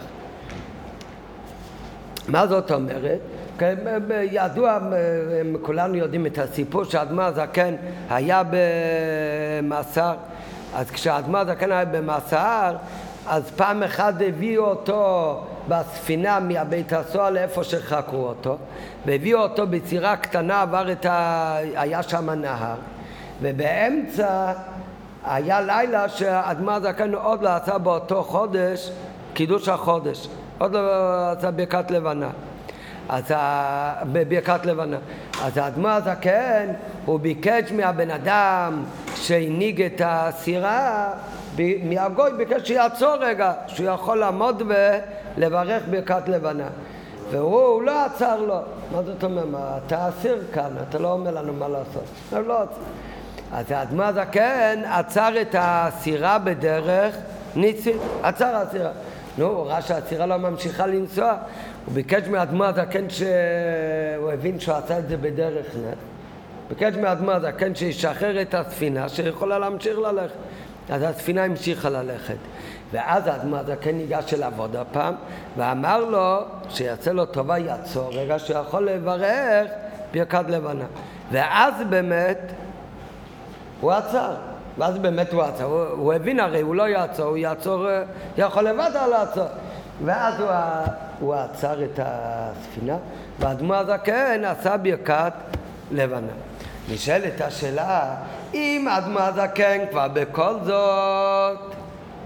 מה זאת אומרת? ידוע, כולנו יודעים את הסיפור שהאדמו"ר הזקן היה במאסר. אז כשהאדמו"ר הזקן היה במאסר, אז פעם אחת הביאו אותו בספינה מהבית הסוהר לאיפה שחקרו אותו, והביאו אותו בצירה קטנה, עבר את ה... היה שם נהר, ובאמצע היה לילה שהאדמו"ר הזקן עוד לא עשה באותו חודש קידוש החודש, עוד לא עשה ברכת לבנה. אז בברכת לבנה. אז האדמו"ר הזקן, הוא ביקש מהבן אדם שהנהיג את הסירה, מהגוי ביקש שיעצור רגע, שהוא יכול לעמוד ולברך ברכת לבנה. והוא לא עצר לו. מה זאת אומרת? אתה אסיר כאן, אתה לא אומר לנו מה לעשות. הוא לא עצר. אז האדמו"ר הזקן עצר את הסירה בדרך ניסית, עצר הסירה. נו, הוא ראה שהסירה לא ממשיכה לנסוע. הוא ביקש מהאדמו"ר הזקן, שהוא הבין שהוא עשה את זה בדרך נס, ביקש מהאדמו"ר הזקן שישחרר את הספינה שיכולה להמשיך ללכת. אז הספינה המשיכה ללכת, ואז האדמו"ר הזקן ניגש אליו עוד הפעם ואמר לו שיעשה לו טובה, יעצור רגע שיכול לברך ברכת לבנה. ואז באמת הוא עצר, ואז באמת הוא עצר, הוא, הוא הבין הרי, הוא לא יעצור, הוא יעצור, יכול לבד לעצור. ואז הוא, הוא עצר את הספינה, והאדמו"ר הזקן עשה ברכת לבנה. נשאלת השאלה, אם האדמו"ר הזקן כבר בכל זאת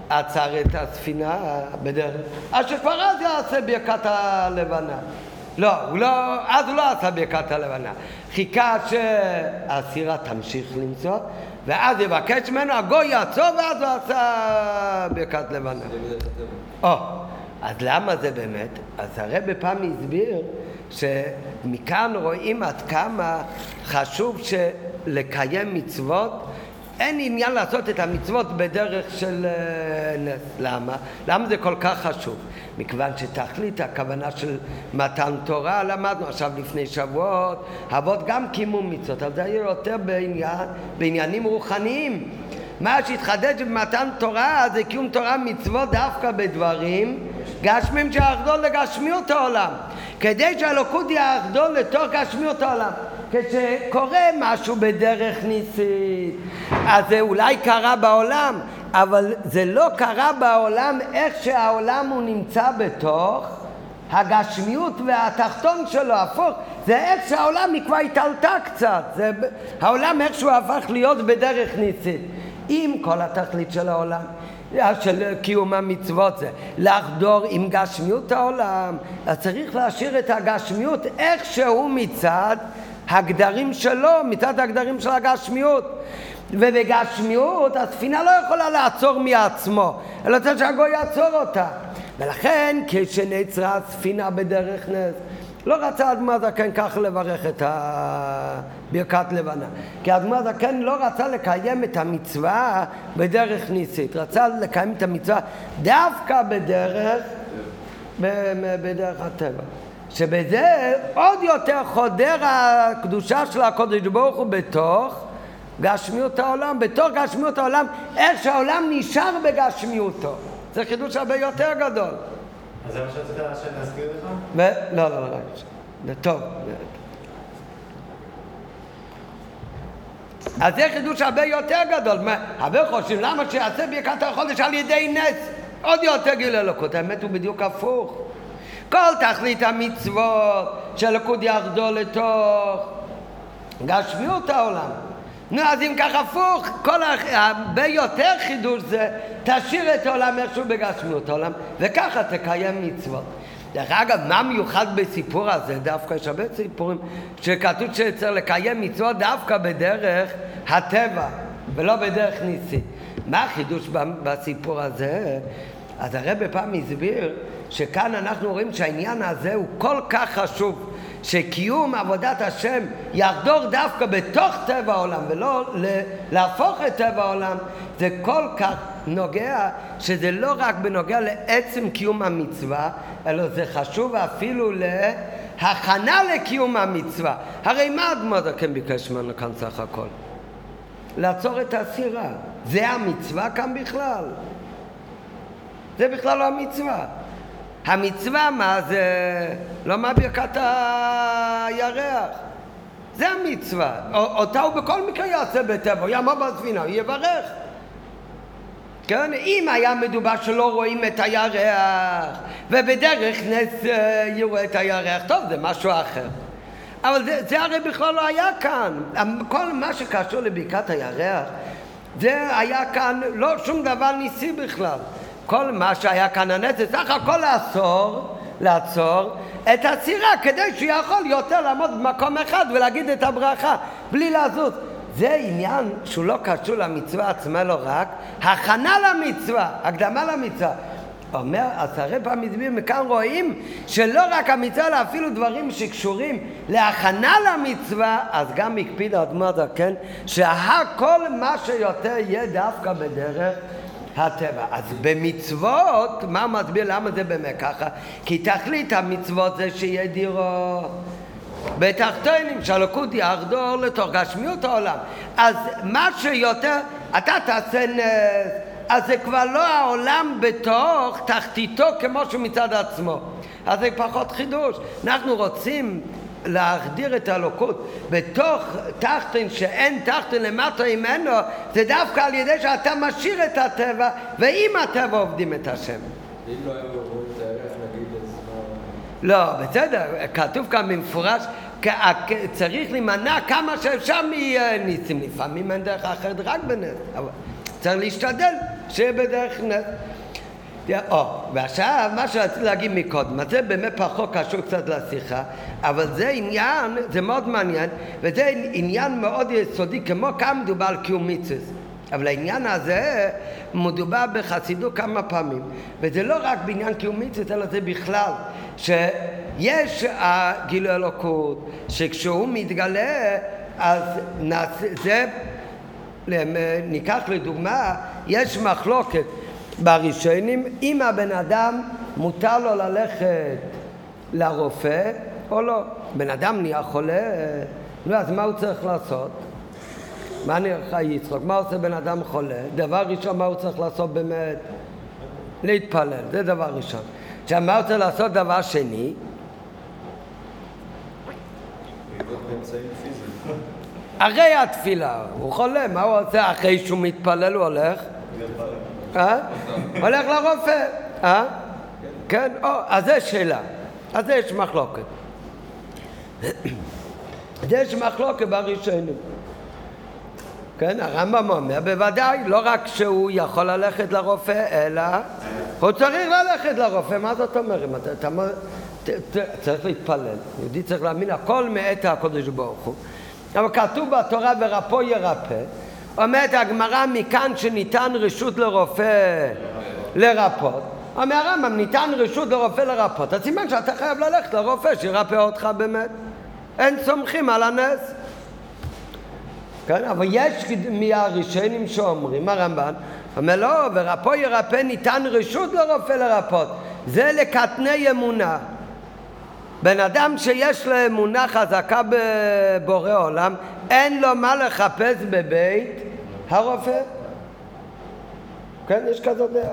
עצר את הספינה בדרך, אז שכבר אז יעשה ברכת הלבנה. לא, הוא לא, אז הוא לא עשה ברכת הלבנה. חיכה שהסירה תמשיך לנסוע, ואז יבקש ממנו, הגוי יעצור, ואז הוא עשה ברכת לבנה. או, אז למה זה באמת? אז הרב פעם הסביר שמכאן רואים עד כמה חשוב לקיים מצוות. אין עניין לעשות את המצוות בדרך של נס. למה? למה זה כל כך חשוב? מכיוון שתכלית הכוונה של מתן תורה, למדנו עכשיו לפני שבועות, אבות גם קיימו מצוות, אבל זה היה יותר בעניין, בעניינים רוחניים. מה שהתחדש במתן תורה זה קיום תורה מצוות דווקא בדברים גשמים שיחדור לגשמיות העולם, כדי שהאלוקות יחדור לתוך גשמיות העולם. כשקורה משהו בדרך ניסית, אז זה אולי קרה בעולם, אבל זה לא קרה בעולם איך שהעולם הוא נמצא בתוך הגשמיות והתחתון שלו, הפוך, זה איך שהעולם היא כבר התעלתה קצת, זה, העולם איך שהוא הפך להיות בדרך ניסית. עם כל התכלית של העולם, של קיום המצוות זה לחדור עם גשמיות העולם, אז צריך להשאיר את הגשמיות איך שהוא מצד הגדרים שלו, מצד הגדרים של הגשמיות. ובגשמיות הספינה לא יכולה לעצור מעצמו, אלא צריך שהגוי יעצור אותה. ולכן כשנעצרה הספינה בדרך נס, לא רצה אדמו"ר הזקן כך לברך את ברכת לבנה, כי אדמו"ר הזקן לא רצה לקיים את המצווה בדרך ניסית, רצה לקיים את המצווה דווקא בדרך בדרך הטבע, שבזה עוד יותר חודר הקדושה של הקודש ברוך הוא בתוך גשמיות העולם, בתוך גשמיות העולם, איך שהעולם נשאר בגשמיותו. זה חידוש הרבה יותר גדול. אז זה מה שרציתי להזכיר לך? לא, לא, לא, זה טוב. אז זה חידוש הרבה יותר גדול. הרבה חושבים, למה שיעשה ברכת החודש על ידי נס? עוד יותר גיל אלוקות. האמת הוא בדיוק הפוך. כל תכלית המצוות שאלוקות יחדור לתוך גשמיות העולם. נו, אז אם כך הפוך, כל הרבה יותר חידוש זה תשאיר את העולם איכשהו בגשמיות העולם, וככה תקיים מצוות. דרך אגב, מה מיוחד בסיפור הזה? דווקא יש הרבה סיפורים שכתוב שצריך לקיים מצוות דווקא בדרך הטבע ולא בדרך ניסית. מה החידוש בסיפור הזה? אז הרב פעם הסביר שכאן אנחנו רואים שהעניין הזה הוא כל כך חשוב, שקיום עבודת השם יחדור דווקא בתוך טבע העולם ולא להפוך את טבע העולם. זה כל כך נוגע שזה לא רק בנוגע לעצם קיום המצווה, אלא זה חשוב אפילו להכנה לקיום המצווה. הרי מה אדמו"ר הזקן ביקש ממנו כאן סך הכל? לעצור את הסירה. זה המצווה כאן בכלל. זה בכלל לא המצווה. המצווה מה זה? לא מה ברכת הירח. זה המצווה. אותה הוא בכל מקרה יעשה בטבע, הוא יעמוד בספינה, הוא יברך. כן? אם היה מדובר שלא רואים את הירח, ובדרך נס יראו את הירח, טוב, זה משהו אחר. אבל זה, זה הרי בכלל לא היה כאן. כל מה שקשור לברכת הירח, זה היה כאן לא שום דבר ניסי בכלל. כל מה שהיה כאן הנס זה סך הכל לעצור, לעצור את הסירה כדי שהוא יכול יותר לעמוד במקום אחד ולהגיד את הברכה בלי לזוז. זה עניין שהוא לא קשור למצווה עצמה, לא רק הכנה למצווה, הקדמה למצווה. אומר, אז הרי פעם הסביר, מכאן רואים שלא רק המצווה, אלא אפילו דברים שקשורים להכנה למצווה, אז גם הקפיד האדמו"ר הזקן שהכל מה שיותר יהיה דווקא בדרך הטבע. אז במצוות, מה מסביר למה זה באמת ככה? כי תכלית המצוות זה שיהיה דירו בתחתונים, שהאלוקות יחדור לתוך גשמיות העולם. אז מה שיותר, אתה תעשה נס, אז זה כבר לא העולם בתוך תחתיתו כמו שהוא מצד עצמו. אז זה פחות חידוש. אנחנו רוצים להחדיר את האלוקות בתוך תחתון שאין תחתון למטה ממנו, זה דווקא על ידי שאתה משאיר את הטבע, ועם הטבע עובדים את השם. אם לא היו רואים את הערך, נגיד את לא, בסדר, כתוב כאן במפורש, צריך להימנע כמה שאפשר מניסים. לפעמים אין דרך אחרת רק בנס, אבל צריך להשתדל שבדרך נס. או, ועכשיו, מה שרציתי להגיד מקודם, זה באמת פחות קשור קצת לשיחה, אבל זה עניין, זה מאוד מעניין, וזה עניין מאוד יסודי, כמו כאן מדובר על קיום מצוות. אבל העניין הזה מדובר בחסידות כמה פעמים, וזה לא רק בעניין קיום מצוות, אלא זה בכלל, שיש גילוי אלוקות, שכשהוא מתגלה, אז זה, ניקח לדוגמה, יש מחלוקת בראשונים, אם הבן אדם מותר לו ללכת לרופא או לא. בן אדם נהיה חולה, לא, אז מה הוא צריך לעשות? מה נראה יצחוק? מה עושה בן אדם חולה? דבר ראשון, מה הוא צריך לעשות באמת? להתפלל, זה דבר ראשון. עכשיו, מה הוא צריך לעשות? דבר שני? אחרי התפילה, הוא חולה, מה הוא עושה? אחרי שהוא מתפלל הוא הולך? אה? הולך לרופא, אה? כן? או, אז זה שאלה, אז יש מחלוקת. אז יש מחלוקת בראשונים. כן, הרמב"ם אומר, בוודאי, לא רק שהוא יכול ללכת לרופא, אלא הוא צריך ללכת לרופא. מה זאת אומרת? אתה, אתה, אתה, צריך להתפלל. יהודי צריך להאמין, הכל מאת הקדוש ברוך הוא. אבל כתוב בתורה, ורפוא ירפא. אומרת הגמרא, מכאן שניתן רשות לרופא לרפות. אומר הרמב"ם, ניתן רשות לרופא לרפות. אז סימן שאתה חייב ללכת לרופא שירפא אותך באמת. אין סומכים על הנס. כן, אבל יש מהראשונים שאומרים, הרמב"ן, אומר לא, ורפוא ירפא ניתן רשות לרופא לרפות. זה לקטני אמונה. בן אדם שיש לו אמונה חזקה בבורא עולם, אין לו מה לחפש בבית הרופא. כן, יש כזאת דעה.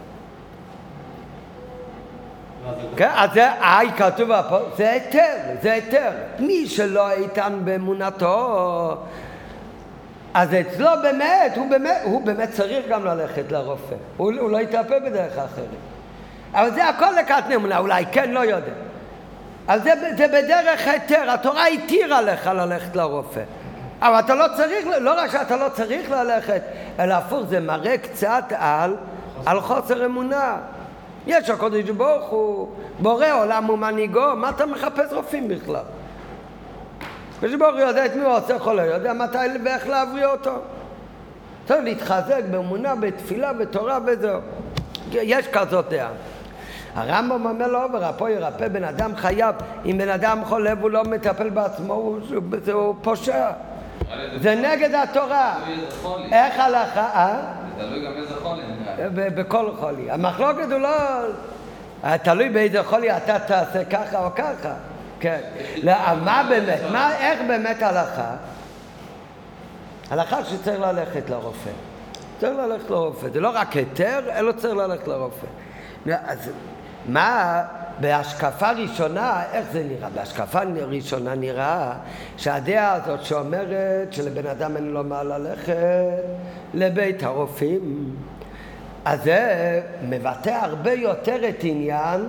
כן, אז זה, אי, כתוב פה, זה היתר, זה היתר. מי שלא איתן באמונתו, אז אצלו באמת, הוא באמת, הוא באמת צריך גם ללכת לרופא. הוא, הוא לא יתרפא בדרך אחרת. אבל זה הכל לקטני אמונה, אולי כן, לא יודע. אז זה, זה בדרך היתר, התורה התירה לך ללכת לרופא. אבל אתה לא צריך, לא רק שאתה לא צריך ללכת, אלא הפוך, זה מראה קצת על, על חוסר אמונה. יש הקדוש ברוך הוא, בורא עולם הוא מנהיגו, מה אתה מחפש רופאים בכלל? הקדוש ברוך הוא יודע את מי הוא עושה חולה, יודע מתי ואיך להבריא אותו. צריך להתחזק באמונה, בתפילה, בתורה וזהו. יש כזאת דעה. הרמב"ם אומר לו, ורפוא ירפא, בן אדם חייב, אם בן אדם חולה והוא לא מטפל בעצמו, הוא, הוא פושע. זה נגד התורה. איך הלכה? אה? זה תלוי גם איזה חולי. בכל חולי. המחלוקת הוא לא... תלוי באיזה חולי אתה תעשה ככה או ככה. כן. מה באמת? מה, איך באמת הלכה? הלכה שצריך ללכת לרופא. צריך ללכת לרופא. זה לא רק היתר, אלא צריך ללכת לרופא. אז מה, בהשקפה ראשונה, איך זה נראה? בהשקפה ראשונה נראה שהדעה הזאת שאומרת שלבן אדם אין לו מה ללכת לבית הרופאים, אז זה מבטא הרבה יותר את עניין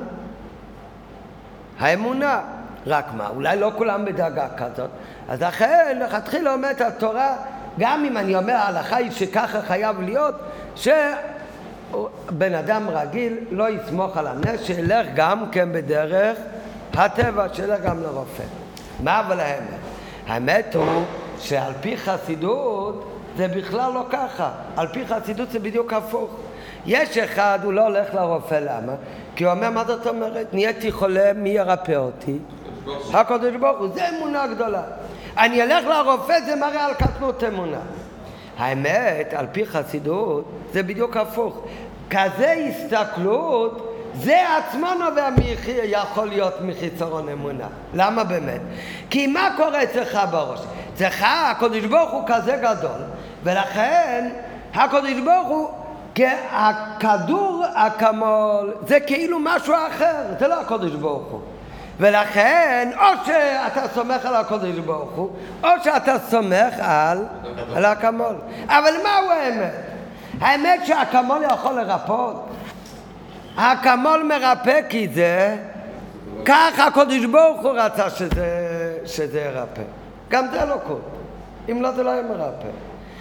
האמונה. רק מה, אולי לא כולם בדאגה כזאת. אז לכן, לכתחילה אומרת התורה, גם אם אני אומר ההלכה היא שככה חייב להיות, ש... בן אדם רגיל לא יסמוך על הנס, שילך גם כן בדרך הטבע, שילך גם לרופא. מה אבל האמת? האמת הוא שעל פי חסידות זה בכלל לא ככה. על פי חסידות זה בדיוק הפוך. יש אחד, הוא לא הולך לרופא, למה? כי הוא אומר, מה זאת אומרת? נהייתי חולה, מי ירפא אותי? הקדוש ברוך הוא, זה אמונה גדולה. אני אלך לרופא, זה מראה על קטנות אמונה. האמת, על פי חסידות, זה בדיוק הפוך. כזה הסתכלות, זה עצמו נובע יכול להיות מחיסרון אמונה. למה באמת? כי מה קורה אצלך בראש? אצלך הקדוש ברוך הוא כזה גדול, ולכן הקדוש ברוך הוא ככדור אקמול, זה כאילו משהו אחר, זה לא הקדוש ברוך הוא. ולכן, או שאתה סומך על הקדוש ברוך הוא, או שאתה סומך על, על האקמול. אבל מהו האמת? האמת שהאקמול יכול לרפות. האקמול מרפא כי זה, ככה הקדוש ברוך הוא רצה שזה, שזה ירפא. גם זה לא קורה. אם לא, זה לא יהיה מרפא.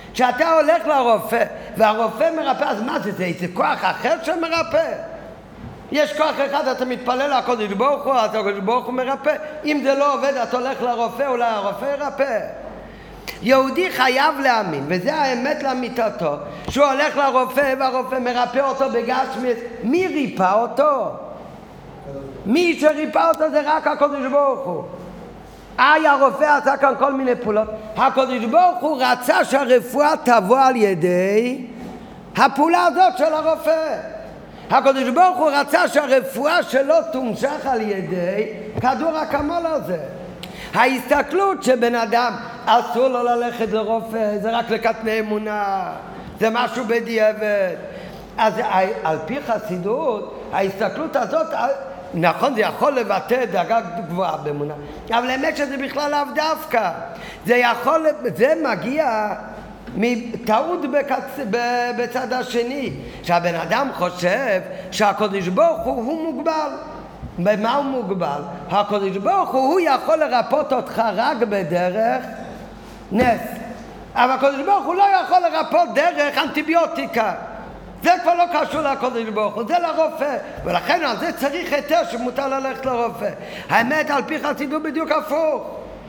כשאתה הולך לרופא והרופא מרפא, אז מה זה? זה איזה כוח אחר שמרפא? יש כוח אחד, אתה מתפלל לקדוש ברוך הוא, אז הקדוש ברוך הוא מרפא. אם זה לא עובד, אתה הולך לרופא, אולי הרופא ירפא. יהודי חייב להאמין, וזה האמת לאמיתתו, שהוא הולך לרופא והרופא מרפא אותו בגשמי. מי ריפא אותו? מי שריפא אותו זה רק הקדוש ברוך הוא. איי, הרופא עשה כאן כל מיני פעולות. הקדוש ברוך הוא רצה שהרפואה תבוא על ידי הפעולה הזאת של הרופא. הקדוש ברוך הוא רצה שהרפואה שלו תומשך על ידי כדור הקמול הזה. ההסתכלות שבן אדם אסור לו ללכת לרופא, זה רק לקטני אמונה, זה משהו בדיעבד. אז על פי חסידות, ההסתכלות הזאת, נכון, זה יכול לבטא דרגה גבוהה באמונה, אבל האמת שזה בכלל לאו דווקא. זה יכול, זה מגיע מטעות בקצ... בצד השני, שהבן אדם חושב שהקדוש ברוך הוא הוא מוגבל. במה הוא מוגבל? הקדוש ברוך הוא הוא יכול לרפות אותך רק בדרך נס, אבל הקדוש ברוך הוא לא יכול לרפות דרך אנטיביוטיקה. זה כבר לא קשור לקדוש ברוך הוא, זה לרופא, ולכן על זה צריך היתר שמותר ללכת לרופא. האמת על פי חסידות בדיוק הפוך.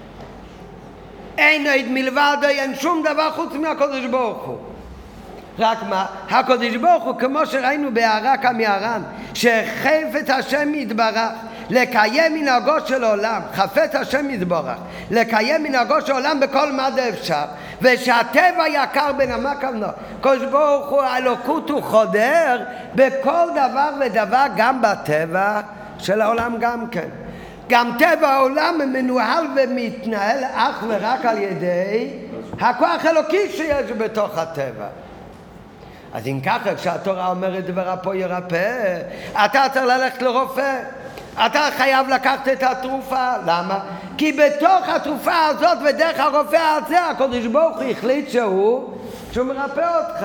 אין עוד מלבד, אין שום דבר חוץ מהקדוש ברוך הוא. רק מה? הקדוש ברוך הוא, כמו שראינו בהערה כמהר"ן, שחפץ השם יתברך לקיים מנהגו של עולם, חפץ השם יתברך לקיים מנהגו של עולם בכל מד אפשר, ושהטבע יקר בנמה כוונו. הקדוש ברוך הוא, האלוקות הוא חודר בכל דבר ודבר, גם בטבע של העולם גם כן. גם טבע העולם מנוהל ומתנהל אך ורק על ידי הכוח אלוקי שיש בתוך הטבע. אז אם ככה, כשהתורה אומרת דבר פה ירפא, אתה צריך ללכת לרופא, אתה חייב לקחת את התרופה. למה? כי בתוך התרופה הזאת ודרך הרופא הזה הקדוש ברוך הוא החליט שהוא שהוא מרפא אותך.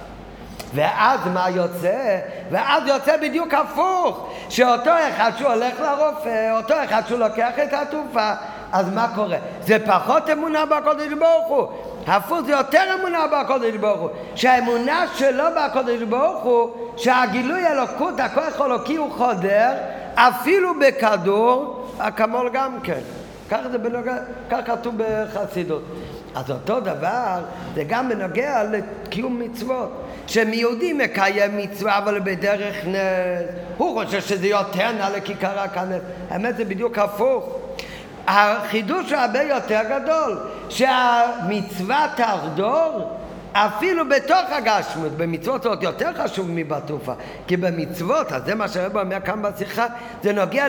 ואז מה יוצא? ואז יוצא בדיוק הפוך, שאותו אחד שהוא הולך לרופא, אותו אחד שהוא לוקח את התרופה, אז מה קורה? זה פחות אמונה בקדוש ברוך הוא. הפוך, זה יותר אמונה בקדוש ברוך הוא. שהאמונה שלו בקדוש ברוך הוא, שהגילוי אלוקות, הכוח אלוקי הוא חודר, אפילו בכדור, הכמול גם כן. כך זה בנוגע, כך כתוב בחסידות. אז אותו דבר, זה גם בנוגע לקיום מצוות. שמיהודי מקיים מצווה אבל בדרך נס, הוא חושב שזה יותר נעלה כי קרה כאן נס. האמת זה בדיוק הפוך. החידוש הוא הרבה יותר גדול, שהמצווה תחדור אפילו בתוך הגשמות. במצוות זאת יותר חשוב מבתרופה, כי במצוות, אז זה מה שהרב אומר כאן בשיחה, זה נוגע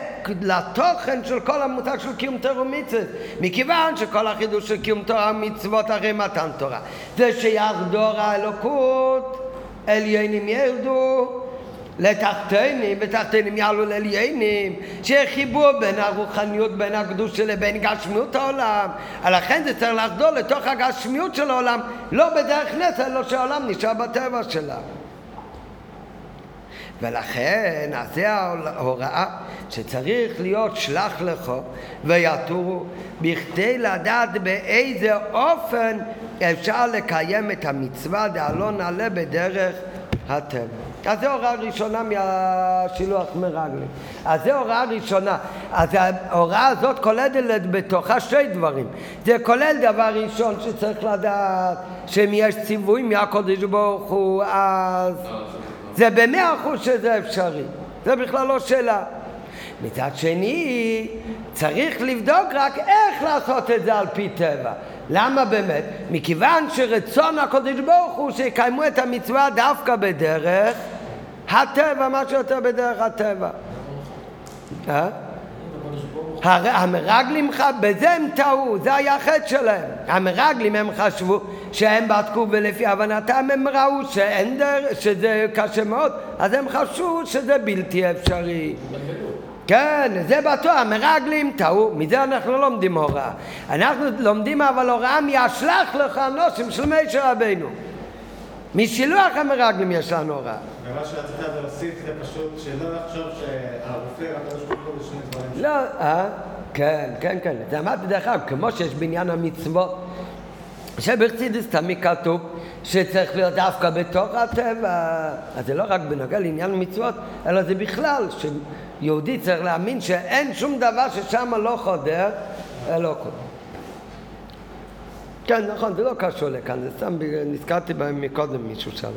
לתוכן של כל המושג של קיום תורה ומצוות, מכיוון שכל החידוש של קיום תורה ומצוות הרי מתן תורה זה שיחדור האלוקות, עליינים ירדו לתחתינים ותחתינים יעלו לעליינים, שחיבור בין הרוחניות, בין הקדושה לבין גשמיות העולם. לכן זה צריך לחדור לתוך הגשמיות של העולם, לא בדרך נס, אלא שהעולם נשאר בטבע שלה. ולכן זה ההוראה שצריך להיות שלח לך ויתורו, בכדי לדעת באיזה אופן אפשר לקיים את המצווה דעלו נעלה בדרך הטבע. אז זו הוראה ראשונה מהשילוח מרגלים. אז זו הוראה ראשונה. אז ההוראה הזאת כוללת בתוכה שתי דברים. זה כולל דבר ראשון שצריך לדעת שאם יש ציווי מהקדוש ברוך הוא, אז זה במאה אחוז שזה אפשרי. זה בכלל לא שאלה. מצד שני, צריך לבדוק רק איך לעשות את זה על פי טבע. למה באמת? מכיוון שרצון הקדוש ברוך הוא שיקיימו את המצווה דווקא בדרך הטבע, מה שיותר בדרך הטבע. המרגלים, בזה הם טעו, זה היה חטא שלהם. המרגלים הם חשבו שהם בדקו ולפי הבנתם הם ראו שאין דרך, שזה קשה מאוד, אז הם חשבו שזה בלתי אפשרי. כן, זה בטוח, המרגלים טעו, מזה אנחנו לא לומדים הוראה. אנחנו לומדים אבל הוראה מהשלח לך הנושאים של משה רבינו. משילוח המרגלים יש לנו הוראה. ומה שרציתי להוסיף זה פשוט שלא לחשוב שהרופא הקדוש ברוך הוא זה שני דברים. לא, אה? כן, כן, כן. זה אמרתי דרך אגב, כמו שיש בעניין המצוות, שבחסידות תמיד כתוב שצריך להיות דווקא בתוך הטבע. אז זה לא רק בנוגע לעניין מצוות, אלא זה בכלל, שיהודי צריך להאמין שאין שום דבר ששם לא חודר אלוקות. כן, נכון, זה לא קשור לכאן, זה סתם נזכרתי בהם מקודם מישהו שלו.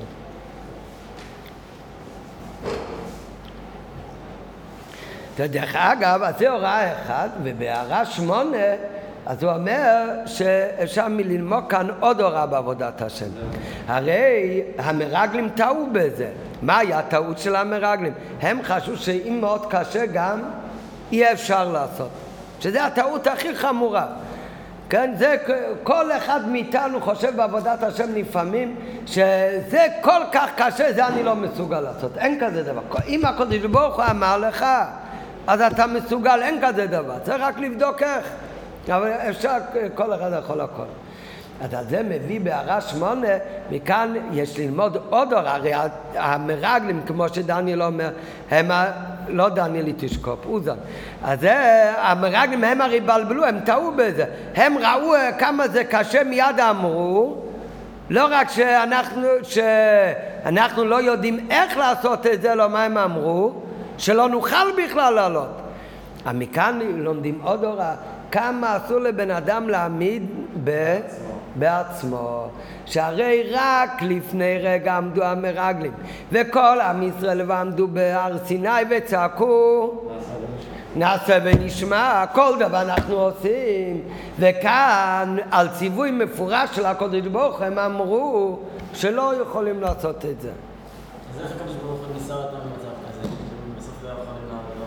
דרך אגב, אז זה הוראה אחת, ובהערה שמונה, אז הוא אומר שאפשר ללמוד כאן עוד הוראה בעבודת השם. הרי המרגלים טעו בזה. מה היה הטעות של המרגלים? הם חשבו שאם מאוד קשה גם אי אפשר לעשות. שזה הטעות הכי חמורה. כן, זה כל אחד מאיתנו חושב בעבודת השם לפעמים שזה כל כך קשה, זה אני לא מסוגל לעשות. אין כזה דבר. אם הקדוש ברוך הוא אמר לך, אז אתה מסוגל, אין כזה דבר. צריך רק לבדוק איך. אבל אפשר, כל אחד יכול הכל. אז זה מביא בהערה שמונה, מכאן יש ללמוד עוד הוראה. הרי המרגלים, כמו שדניאל אומר, הם לא דניאל איטישקופ, אוזן. אז זה, המרגלים הם הרי בלבלו, הם טעו בזה. הם ראו כמה זה קשה, מיד אמרו, לא רק שאנחנו, שאנחנו לא יודעים איך לעשות את זה, לא מה הם אמרו, שלא נוכל בכלל לעלות. מכאן לומדים עוד הוראה, כמה אסור לבן אדם להעמיד ב... בעצמו, שהרי רק לפני רגע עמדו המרגלים וכל עם ישראל ועמדו בהר סיני וצעקו נעשה ונשמע, כל דבר אנחנו עושים, וכאן על ציווי מפורש של הקדוש ברוך הוא הם אמרו שלא יכולים לעשות את זה. אז איך הקדוש ברוך הוא ניסה אותם במצב כזה? בסוף לא יכולים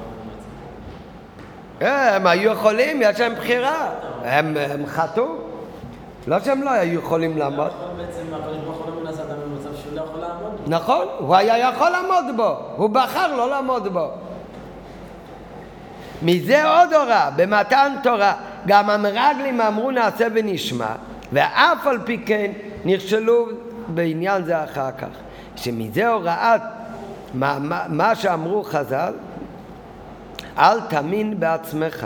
לעבוד? הם היו יכולים, יש להם בחירה, הם חטאו, לא שהם לא היו יכולים לעמוד. בעצם הקדוש ברוך הוא לא מנסה אותם במצב שהוא לא יכול לעמוד? נכון, הוא היה יכול לעמוד בו, הוא בחר לא לעמוד בו. מזה עוד הוראה, במתן תורה, גם המרגלים אמרו נעשה ונשמע, ואף על פי כן נכשלו בעניין זה אחר כך. שמזה הוראת מה, מה, מה שאמרו חז"ל, אל תאמין בעצמך.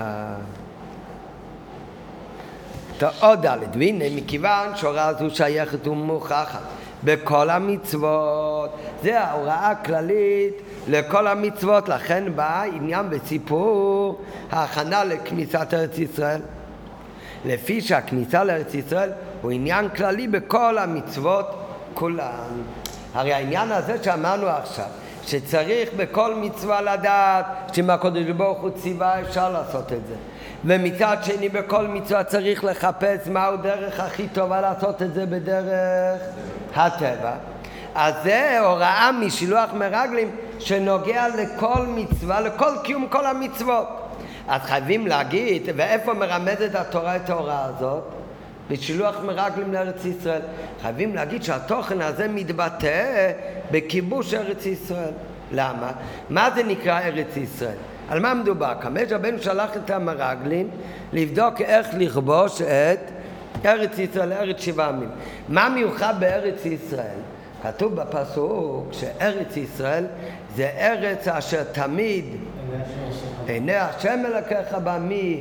עוד ד' והנה מכיוון שההוראה הזו שייכת ומוכחת בכל המצוות, זה ההוראה הכללית לכל המצוות, לכן בא עניין בסיפור ההכנה לכניסת ארץ ישראל, לפי שהכניסה לארץ ישראל הוא עניין כללי בכל המצוות כולן. הרי העניין הזה שאמרנו עכשיו, שצריך בכל מצווה לדעת שאם הקדוש ברוך הוא ציווה אפשר לעשות את זה, ומצד שני בכל מצווה צריך לחפש מהו דרך הכי טובה לעשות את זה בדרך הטבע. אז זה הוראה משילוח מרגלים שנוגע לכל מצווה, לכל קיום כל המצוות. אז חייבים להגיד, ואיפה מרמזת התורה את ההוראה הזאת? בשילוח מרגלים לארץ ישראל. חייבים להגיד שהתוכן הזה מתבטא בכיבוש ארץ ישראל. למה? מה זה נקרא ארץ ישראל? על מה מדובר? משה רבנו שלח את המרגלים לבדוק איך לכבוש את ארץ ישראל, ארץ שבעה עמים. מה מיוחד בארץ ישראל? כתוב בפסוק שארץ ישראל זה ארץ אשר תמיד עיני השם אלוקיך בה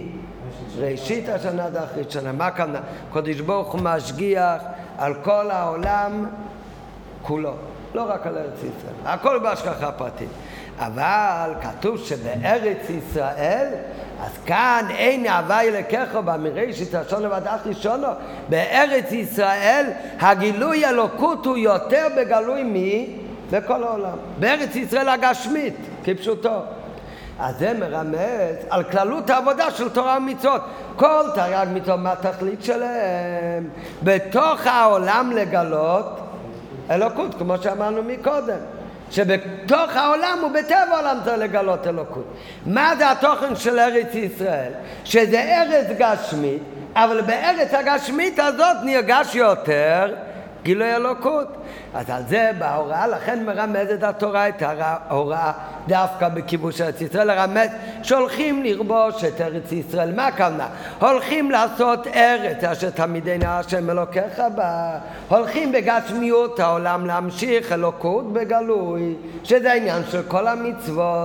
מראשית השנה עד אחרית שנה. מה כאן? הקדוש ברוך הוא משגיח על כל העולם כולו, לא רק על ארץ ישראל, הכל בהשגחה פרטית. אבל כתוב שבארץ ישראל, אז כאן אין הווה אלוקיך בה מראשית השנה ועד אחרית שנה. בארץ ישראל הגילוי אלוקות הוא יותר בגלוי מי? בכל העולם. בארץ ישראל הגשמית, כפשוטו. אז זה מרמז על כללות העבודה של תורה ומצוות. כל תרי"ג מצוות, מה התכלית שלהם? בתוך העולם לגלות אלוקות, כמו שאמרנו מקודם. שבתוך העולם ובטבע העולם זה לגלות אלוקות. מה זה התוכן של ארץ ישראל? שזה ארץ גשמית, אבל בארץ הגשמית הזאת נרגש יותר גילוי אלוקות. אז על זה בהוראה, לכן מרמזת התורה את ההוראה דווקא בכיבוש ארץ ישראל, לרמז שהולכים לרבוש את ארץ ישראל. מה הכוונה? הולכים לעשות ארץ אשר תמיד עיני השם אלוקיך בה. הולכים בגשמיות העולם להמשיך אלוקות בגלוי, שזה העניין של כל המצוות.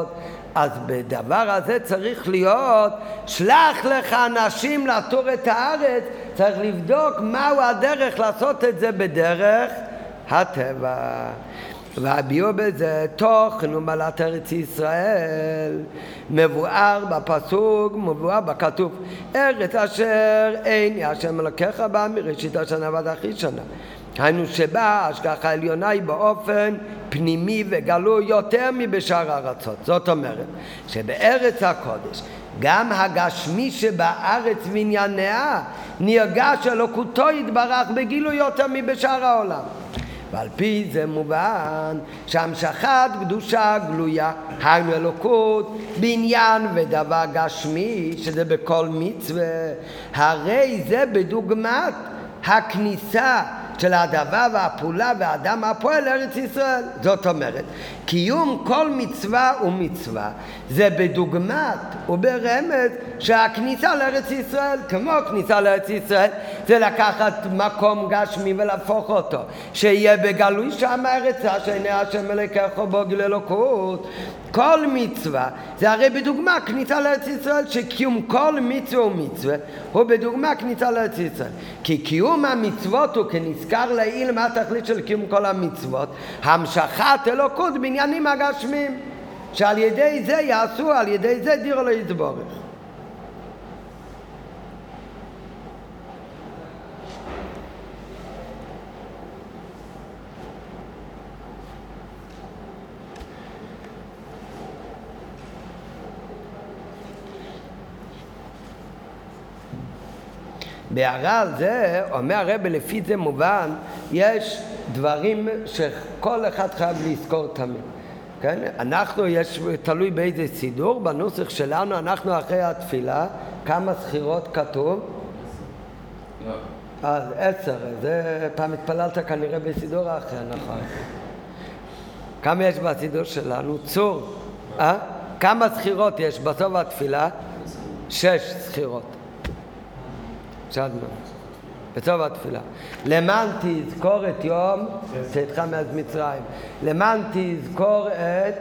אז בדבר הזה צריך להיות, שלח לך אנשים לתור את הארץ, צריך לבדוק מהו הדרך לעשות את זה בדרך הטבע. והביאו בזה תוכן ומעלת ארץ ישראל, מבואר בפסוק, מבואר בכתוב, ארץ אשר אין השם אלוקיך בה מראשית השנה ועד אחרית שנה. היינו שבה ההשגחה העליונה היא באופן פנימי וגלוי יותר מבשאר הארצות. זאת אומרת שבארץ הקודש גם הגשמי שבארץ וענייניה נרגש אלוקותו יתברך בגילוי יותר מבשאר העולם. ועל פי זה מובן שהמשכת קדושה גלויה, היינו אלוקות בעניין ודבר גשמי, שזה בכל מצווה, הרי זה בדוגמת הכניסה של הדבר והפעולה והאדם הפועל לארץ ישראל. זאת אומרת, קיום כל מצווה ומצווה זה בדוגמת וברמז שהכניסה לארץ ישראל, כמו כניסה לארץ ישראל, זה לקחת מקום גשמי ולהפוך אותו, שיהיה בגלוי שם ארצה שעיני השם אלוקיך בו גיל אלוקות. כל מצווה זה הרי בדוגמה כניסה לארץ ישראל, שקיום כל מצווה ומצווה הוא בדוגמה כניסה לארץ ישראל. כי קיום המצוות הוא כנזכר לעיל מה התכלית של קיום כל המצוות, המשכת אלוקות בעניינים הגשמיים, שעל ידי זה יעשו, על ידי זה דירו לא יתברך. בהערה על זה, אומר הרב, לפי זה מובן, יש דברים שכל אחד חייב לזכור תמיד. כן? אנחנו, יש, תלוי באיזה סידור, בנוסח שלנו, אנחנו אחרי התפילה, כמה סחירות כתוב? לא. אז עשר, זה פעם התפללת כנראה בסידור אחר, נכון. כמה יש בסידור שלנו? צור. אה? כמה סחירות יש בסוף התפילה? שש סחירות. שדמן, בסוף התפילה. למען תזכור את יום צאתך מארץ מצרים. למען תזכור את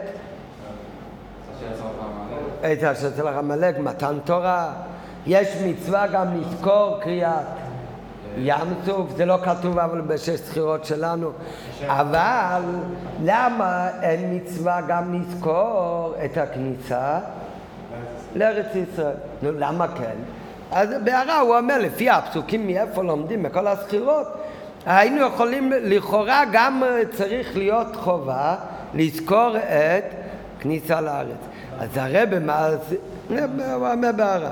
את אשר יצא לך עמלק, מתן תורה. יש מצווה גם לזכור קריאת ים סוף, זה לא כתוב אבל בשש סחירות שלנו. אבל למה אין מצווה גם לזכור את הכניסה לארץ ישראל? נו, למה כן? אז בהערה הוא אומר, לפי הפסוקים מאיפה לומדים מכל הסחירות, היינו יכולים, לכאורה גם צריך להיות חובה לזכור את כניסה לארץ. אז הרב מה זה, הוא אומר בהערה,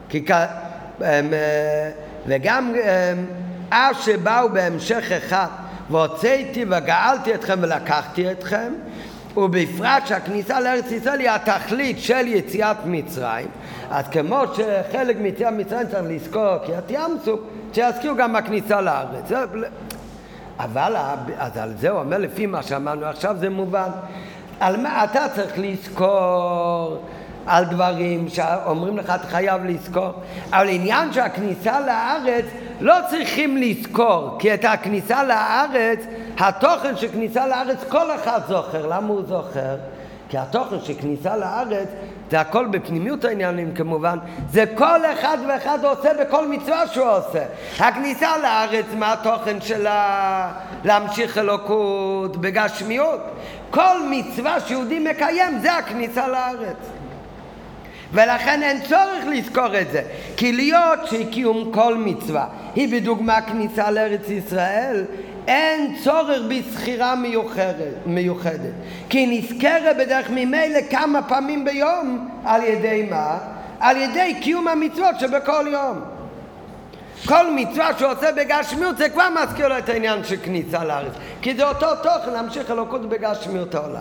וגם אז שבאו בהמשך אחד, והוצאתי וגאלתי אתכם ולקחתי אתכם, ובפרט שהכניסה לארץ ישראל היא התכלית של יציאת מצרים, אז כמו שחלק מיציאת מצרים צריך לזכור קריאת ים סוף, שיזכירו גם הכניסה לארץ. אבל אז על זה הוא אומר, לפי מה שאמרנו עכשיו זה מובן. על מה אתה צריך לזכור? על דברים שאומרים לך אתה חייב לזכור. אבל עניין שהכניסה לארץ לא צריכים לזכור, כי את הכניסה לארץ, התוכן של כניסה לארץ כל אחד זוכר. למה הוא זוכר? כי התוכן של כניסה לארץ זה הכל בפנימיות העניינים כמובן, זה כל אחד ואחד עושה בכל מצווה שהוא עושה. הכניסה לארץ, מה התוכן שלה? להמשיך אלוקות בגשמיות. כל מצווה שיהודי מקיים זה הכניסה לארץ, ולכן אין צורך לזכור את זה, כי להיות שקיום כל מצווה היא בדוגמה כניסה לארץ ישראל, אין צורך בסחירה מיוחדת, מיוחדת. כי נזכרת בדרך ממילא כמה פעמים ביום. על ידי מה? על ידי קיום המצוות שבכל יום. כל מצווה שעושה בגשמיות זה כבר מזכיר לו את העניין של כניסה לארץ, כי זה אותו תוכן להמשיך אלוקות בגשמיות העולם.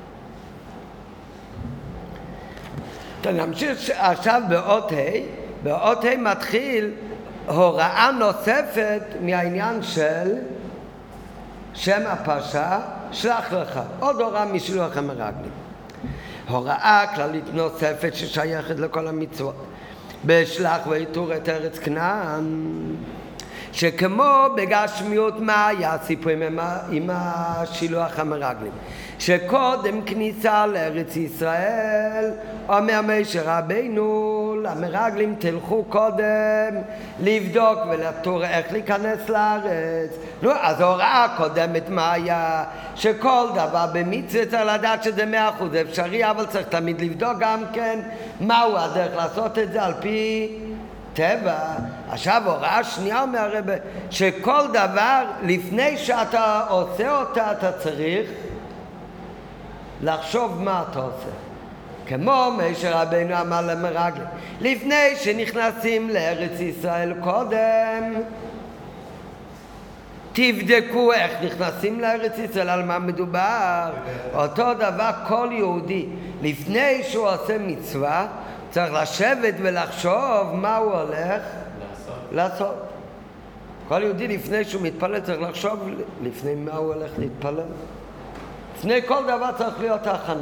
נמשיך עכשיו באות ה'. באות ה' מתחיל הוראה נוספת מהעניין של שם הפרשה, שלח לך. עוד הוראה משילוח המרגלים. הוראה כללית נוספת ששייכת לכל המצוות. בשלח ויתור את ארץ כנען, שכמו בגשמיות מה היה הסיפור עם, עם השילוח המרגלים, שקודם כניסה לארץ ישראל אומר משה רבינו למרגלים תלכו קודם לבדוק ולתור איך להיכנס לארץ. נו, אז ההוראה הקודמת מה היה? שכל דבר במצווה צריך לדעת שזה מאה אחוז אפשרי, אבל צריך תמיד לבדוק גם כן מהו הדרך לעשות את זה על פי טבע. עכשיו הוראה שנייה אומר הרב שכל דבר לפני שאתה עושה אותה אתה צריך לחשוב מה אתה עושה, כמו משה רבינו אמר למרגלים לפני שנכנסים לארץ ישראל קודם תבדקו איך נכנסים לארץ ישראל, על מה מדובר. אותו דבר כל יהודי לפני שהוא עושה מצווה צריך לשבת ולחשוב מה הוא הולך לעשות. לעשות. כל יהודי לפני שהוא מתפלל צריך לחשוב לפני מה הוא הולך להתפלל. לפני כל דבר צריך להיות ההכנה.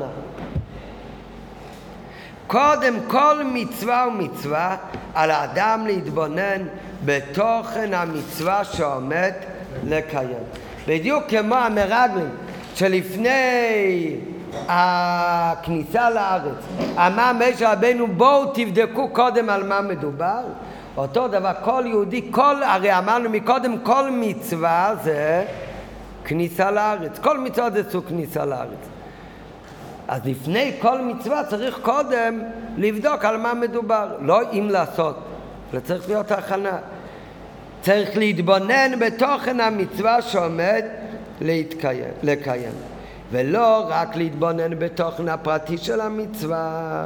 קודם כל מצווה ומצווה על האדם להתבונן בתוכן המצווה שעומד לקיים. בדיוק כמו המרגלים שלפני הכניסה לארץ אמר משה רבינו בואו תבדקו קודם על מה מדובר, אותו דבר כל יהודי, כל, הרי אמרנו מקודם כל מצווה זה כניסה לארץ, כל מצווה זה סוג כניסה לארץ. אז לפני כל מצווה צריך קודם לבדוק על מה מדובר, לא אם לעשות, זה צריך להיות הכנה. צריך להתבונן בתוכן המצווה שעומד להתקיים, לקיים, ולא רק להתבונן בתוכן הפרטי של המצווה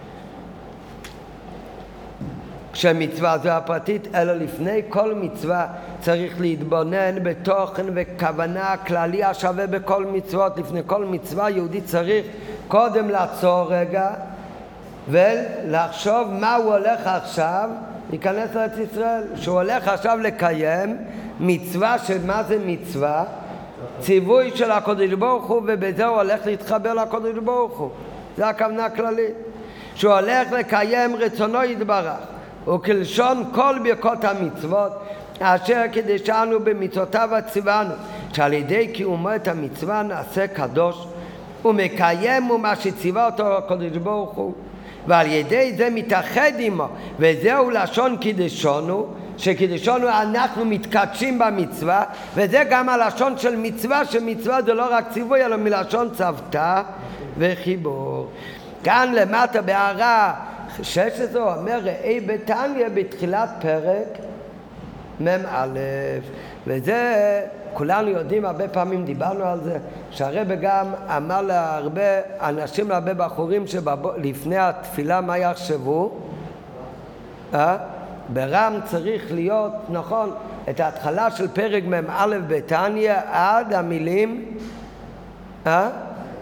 כשמצווה זו הפרטית, אלא לפני כל מצווה צריך להתבונן בתוכן וכוונה כללי השווה בכל מצוות. לפני כל מצווה יהודי צריך קודם לעצור רגע ולחשוב מה הוא הולך עכשיו להיכנס לארץ ישראל, שהוא הולך עכשיו לקיים מצווה. שמה זה מצווה? ציווי של הקדוש ברוך הוא, ובזה הוא הולך להתחבר לקדוש ברוך הוא. זה הכוונה הכללית, שהוא הולך לקיים רצונו יתברך, וכלשון כל ברכות המצוות אשר קידשנו במצוותיו וציוונו, שעל ידי קיומו את המצווה נעשה קדוש ומקיים ומה שציווה אותו הקדוש ברוך הוא, ועל ידי זה מתאחד עמו, וזהו לשון קידשנו, שקידשנו אנחנו מתקדשים במצווה, וזה גם הלשון של מצווה, שמצווה זה לא רק ציווי אלא מלשון צוותא וחיבור. כאן למטה בהערה שש עשרה אומר ראי בתניא בתחילת פרק מ"א, וזה כולנו יודעים, הרבה פעמים דיברנו על זה, שהרבא גם אמר להרבה אנשים, להרבה בחורים שלפני התפילה מה יחשבו? אה? ברם צריך להיות, נכון, את ההתחלה של פרק מ"א בתניא עד המילים אה?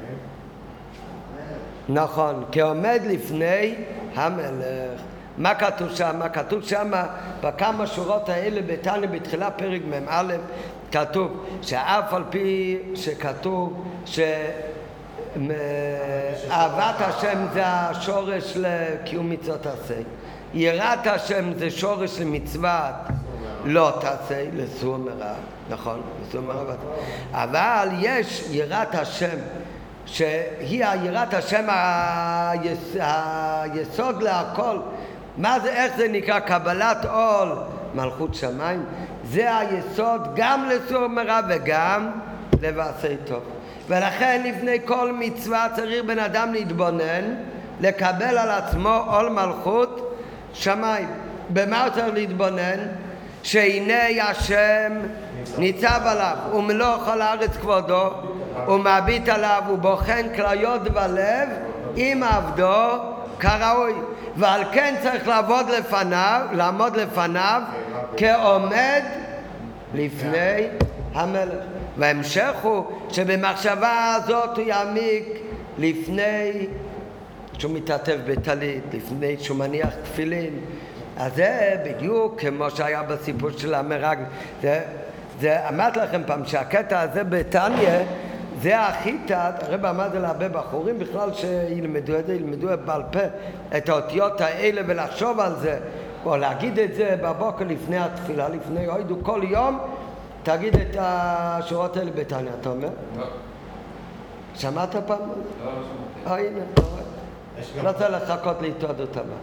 נכון, כעומד לפני המלך. מה כתוב שם? כתוב שם בכמה שורות האלה בתניא בתחילה פרק מ"א כתוב שאף על פי שכתוב שאהבת השם זה השורש לקיום מצוות עשה, יראת השם זה שורש למצוות לא תעשה, לסור מרע, נכון? לסור מרע. אבל יש יראת השם שהיא היראת השם היס... היסוד להכל. מה זה, איך זה נקרא? קבלת עול מלכות שמיים. זה היסוד גם לסור מרע וגם לבעשה טוב. ולכן לפני כל מצווה צריך בן אדם להתבונן, לקבל על עצמו עול מלכות שמיים. במה הוא צריך להתבונן? שהנה השם ניצב עליו ומלוא כל הארץ כבודו, ומביט עליו ובוחן כליות ולב עם עבדו כראוי, ועל כן צריך לעבוד לפניו, לעמוד לפניו כעומד לפני המלך. וההמשך הוא שבמחשבה הזאת הוא יעמיק לפני שהוא מתעטף בטלית, לפני שהוא מניח תפילין. אז זה בדיוק כמו שהיה בסיפור של המרגלים. זה, זה אמרתי לכם פעם שהקטע הזה בתניא זה הכי תת, הרב אמר זה להרבה בחורים בכלל שילמדו את זה, ילמדו בעל פה את האותיות האלה ולחשוב על זה, או להגיד את זה בבוקר לפני התפילה, לפני הוידו, כל יום תגיד את השורות האלה בתניא, אתה אומר? לא. שמעת פעם? לא, לא שמעתי. אה, הנה, אתה רואה. לא צריך לחכות להתוודות הבאה.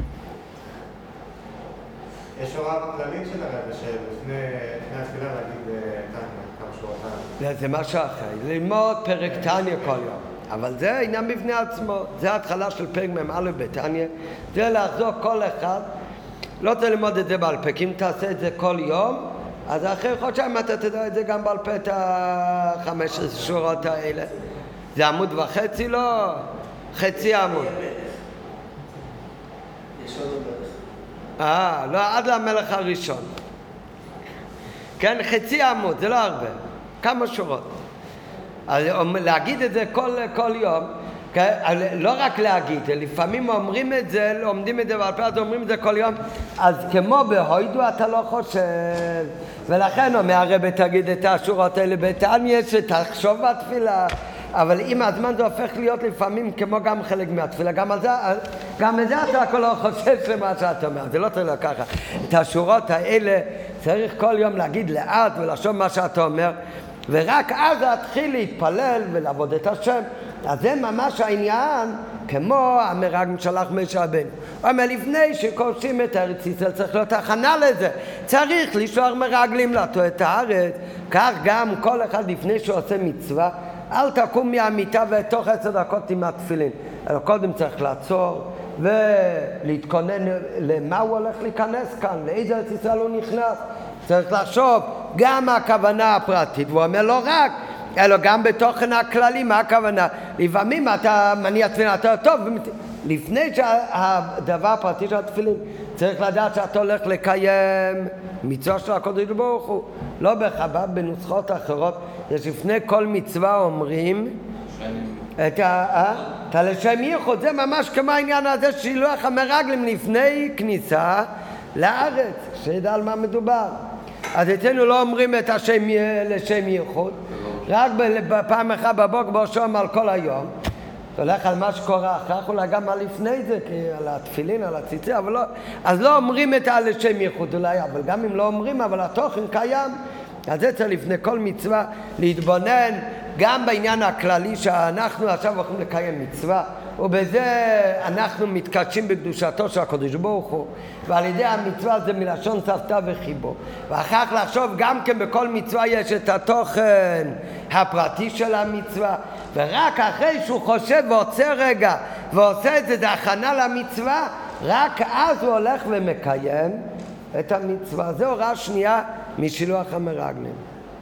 יש הוראה בכללית של הרב שלפני התפילה להגיד תניא, כמה שורות תניא. זה משהו אחר, ללמוד פרק תניא כל יום. אבל זה עניין בפני עצמו, זה ההתחלה של פרק מ"א בתניא, זה לחזור כל אחד, לא צריך ללמוד את זה בעל פה, כי אם תעשה את זה כל יום, אז אחרי חודשיים אתה תדע את זה גם בעל פה את החמש שורות האלה. זה עמוד וחצי? לא, חצי עמוד. אה, לא, עד למלך הראשון. כן, חצי עמוד, זה לא הרבה, כמה שורות. אז להגיד את זה כל, כל יום, לא רק להגיד, לפעמים אומרים את זה, לומדים את זה בעל פה, אז אומרים את זה כל יום, אז כמו בהוידו אתה לא חושב, ולכן אומר הרב תגיד את השורות האלה בתניא, שתחשוב בתפילה, אבל עם הזמן זה הופך להיות לפעמים כמו גם חלק מהתפילה, גם על זה, גם את זה אתה הכל לא חושב שמה שאתה אומר, זה לא צריך לקחת. את השורות האלה צריך כל יום להגיד לאט ולחשוב מה שאתה אומר, ורק אז להתחיל להתפלל ולעבוד את השם. אז זה ממש העניין, כמו המרגלים שלח משה רבנו. הוא אומר, לפני שכובשים את הארץ ישראל צריך להיות הכנה לזה, צריך לשלוח מרגלים לעטות את הארץ. כך גם כל אחד לפני שהוא עושה מצווה, אל תקום מהמיטה ותוך עשר דקות עם התפילין, אלא קודם צריך לעצור ולהתכונן למה הוא הולך להיכנס כאן, לאיזה ארץ ישראל הוא נכנס. צריך לחשוב גם הכוונה הפרטית, והוא אומר לא רק, אלא גם בתוכן הכללי, מה הכוונה? לפעמים אתה מניע תפילין, אתה טוב, לפני שהדבר הפרטי של התפילין, צריך לדעת שאתה הולך לקיים מצווה של הקדוש ברוך הוא. לא בחב"ד, בנוסחות אחרות, יש לפני כל מצווה אומרים, את ה... לשם ייחוד, זה ממש כמו העניין הזה שילוח המרגלים לפני כניסה לארץ, שידע על מה מדובר. אז אצלנו לא אומרים את השם לשם ייחוד, רק בפעם אחת בבוקר בראשון על כל היום, הולך על מה שקורה אחר, אולי גם על לפני זה, על התפילין, על הציצי, אבל לא, אז לא אומרים את ה לשם ייחוד אולי, אבל גם אם לא אומרים, אבל התוכן קיים. אז זה צריך לפני כל מצווה להתבונן גם בעניין הכללי שאנחנו עכשיו הולכים לקיים מצווה, ובזה אנחנו מתקדשים בקדושתו של הקדוש ברוך הוא, ועל ידי המצווה זה מלשון סבתא וחיבו. ואחר כך לחשוב גם כן בכל מצווה יש את התוכן הפרטי של המצווה, ורק אחרי שהוא חושב ועוצר רגע ועושה את זה, זה הכנה למצווה, רק אז הוא הולך ומקיים את המצווה. זו הוראה שנייה משילוח המרגלים.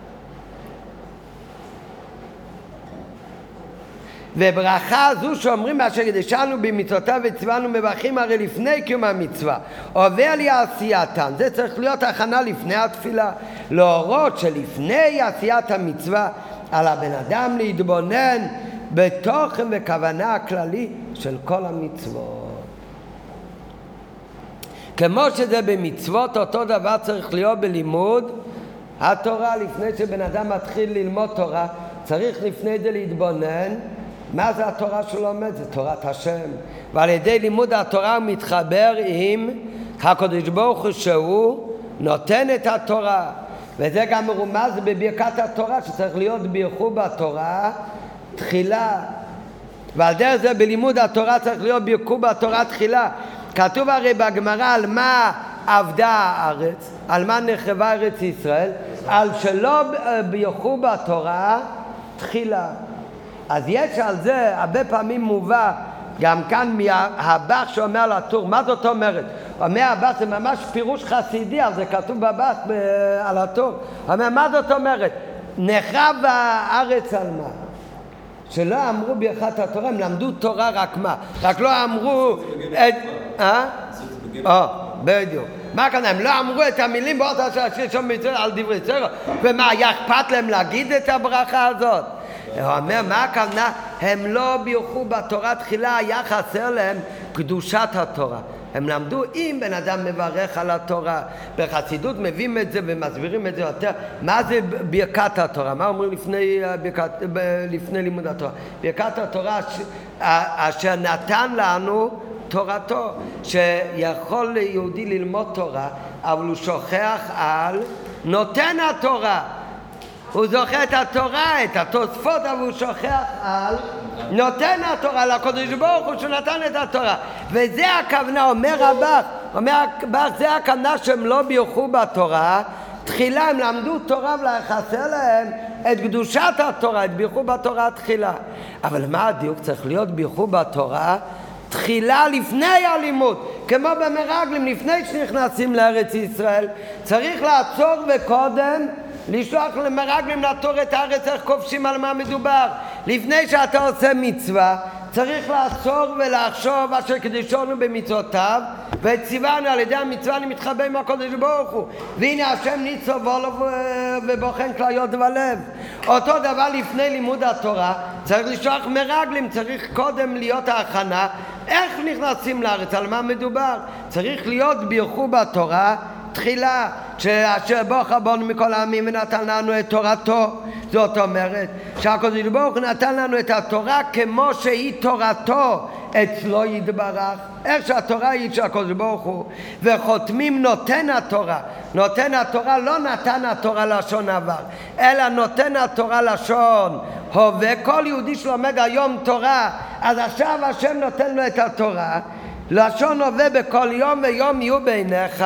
וברכה זו שאומרים מה שקדשנו במצוותיו וציוונו מברכים הרי לפני קיום המצווה, עובר לי עשייתן, זה צריך להיות הכנה לפני התפילה, להורות שלפני עשיית המצווה על הבן אדם להתבונן בתוכן וכוונה הכללי של כל המצוות. כמו שזה במצוות, אותו דבר צריך להיות בלימוד התורה. לפני שבן אדם מתחיל ללמוד תורה, צריך לפני זה להתבונן מה זה התורה שהוא לומד, זה תורת השם, ועל ידי לימוד התורה הוא מתחבר עם הקדוש ברוך הוא שהוא נותן את התורה, וזה גם מרומז בברכת התורה שצריך להיות בירכו בתורה תחילה, ועל דרך זה בלימוד התורה צריך להיות בירכו בתורה תחילה. כתוב הרי בגמרא על מה עבדה הארץ, על מה נחרבה ארץ ישראל, על שלא בירכו בתורה תחילה. אז יש על זה הרבה פעמים מובא גם כאן מהבח שאומר לטור. מה זאת אומרת? אומר הבח, זה ממש פירוש חסידי, אז זה כתוב בבח על הטור. אומר, מה זאת אומרת? נחרב הארץ על מה? שלא אמרו ברכת התורה, הם למדו תורה רק מה? רק לא אמרו את... אה? אה, בדיוק. מה כאן? הם לא אמרו את המילים באות השיר שם על דברי צרה, ומה, היה אכפת להם להגיד את הברכה הזאת? הוא אומר, מה הכוונה? הם לא בירכו בתורה תחילה, היה חסר להם קדושת התורה. הם למדו אם בן אדם מברך על התורה. בחסידות מביאים את זה ומסבירים את זה יותר. מה זה ברכת התורה? מה אומרים לפני, לפני לימוד התורה? ברכת התורה אשר נתן לנו תורתו, שיכול יהודי ללמוד תורה, אבל הוא שוכח על נותן התורה. הוא זוכר את התורה, את התוספות, אבל הוא שוכח על נותן התורה, לקדוש ברוך הוא שנתן את התורה. וזה הכוונה, אומר רבך, אומר רבך, זה הכוונה שהם לא בירכו בתורה. תחילה הם למדו תורה ולחסר להם את קדושת התורה, את בירכו בתורה תחילה. אבל מה הדיוק? צריך להיות בירכו בתורה תחילה לפני הלימוד, כמו במרגלים, לפני שנכנסים לארץ ישראל. צריך לעצור וקודם לשלוח למרגלים לתור את הארץ, איך כובשים, על מה מדובר. לפני שאתה עושה מצווה, צריך לעצור ולחשוב אשר קדישונו במצוותיו, וציוונו על ידי המצווה אני מתחבא עם הקדוש ברוך הוא. והנה השם ניצוב ובוחן כליות ולב. אותו דבר לפני לימוד התורה, צריך לשלוח מרגלים, צריך קודם להיות ההכנה. איך נכנסים לארץ? על מה מדובר? צריך להיות בירכו בתורה תחילה, שאשר ברוך בנו מכל העמים ונתן לנו את תורתו. זאת אומרת שהקדוש ברוך הוא נתן לנו את התורה כמו שהיא תורתו אצלו יתברך, איך שהתורה היא של הקדוש ברוך הוא. וחותמים נותן התורה. נותן התורה לא נתן התורה לשון עבר, אלא נותן התורה לשון הווה. כל יהודי שלומד היום תורה, אז עכשיו השם נותן לו את התורה לשון הווה בכל יום ויום יהיו בעיניך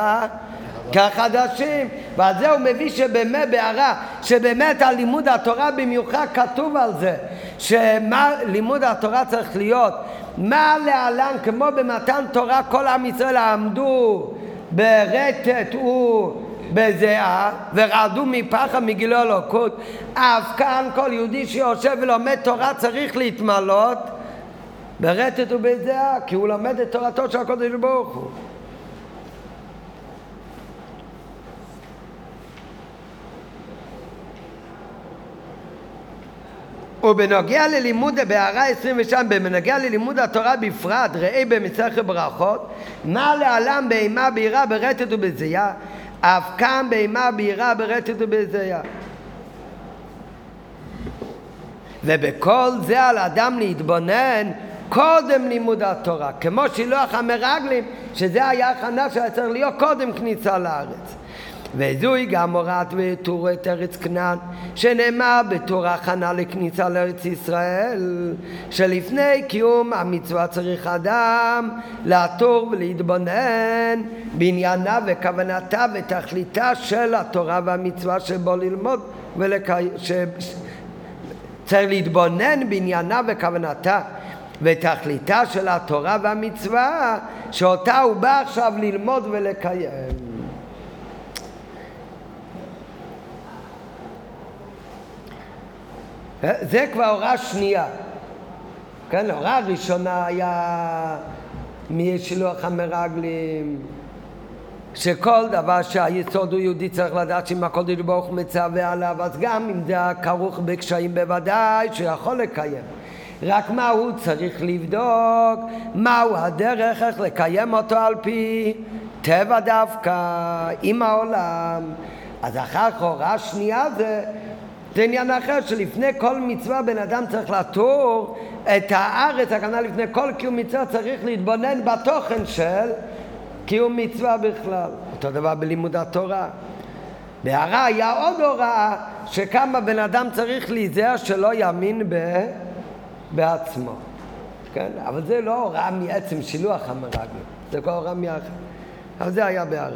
כחדשים. ועל זה הוא מביא שבאמת בהערה, שבאמת על לימוד התורה במיוחד כתוב על זה שמה לימוד התורה צריך להיות מה להלן, כמו במתן תורה כל עם ישראל עמדו ברטט ובזיעה ורעדו מפחד מגילוי אלוקות. אף כאן כל יהודי שיושב ולומד תורה צריך להתמלות ברטט ובזיעה, כי הוא לומד את תורתו של הקדוש ברוך הוא. ובנוגע ללימוד, בהערה עשרים ושתיים, בנוגע ללימוד התורה בפרט, ראה במסכת ברכות, מה לעלם בהמה בהירה ברטט ובזיעה, אף כאן בהמה בהירה ברטט ובזיעה. ובכל זה על אדם להתבונן קודם לימוד התורה, כמו שילוח המרגלים, שזה היה הכנה שהיה צריך להיות קודם כניסה לארץ. וזוהי גם הוראת ותור את ארץ כנען, שנאמר בתור הכנה לכניסה לארץ ישראל, שלפני קיום המצווה צריך אדם לעתור ולהתבונן בעניינה וכוונתה ותכליתה של התורה והמצווה שבו ללמוד ולקיים. ש... צריך להתבונן בעניינה וכוונתה ותכליתה של התורה והמצווה שאותה הוא בא עכשיו ללמוד ולקיים. זה כבר הוראה שנייה. כן, הוראה ראשונה היה משילוח המרגלים, שכל דבר שהיסוד הוא יהודי צריך לדעת שאם הקדוש ברוך הוא מצווה עליו, אז גם אם זה כרוך בקשיים בוודאי שיכול לקיים. רק מה הוא צריך לבדוק, מהו הדרך איך לקיים אותו על פי טבע דווקא עם העולם. אז אחר כך הוראה שנייה זה זה עניין אחר, שלפני כל מצווה בן אדם צריך לתור את הארץ, הכוונה לפני כל קיום מצווה צריך להתבונן בתוכן של קיום מצווה בכלל. אותו דבר בלימוד התורה. בהערה היה עוד הוראה שכמה בן אדם צריך להיזהר שלא יאמין ב... בעצמו. כן? אבל זה לא הוראה מעצם שילוח המרגלים, זה כל הוראה מאחר. אבל זה היה בהערה.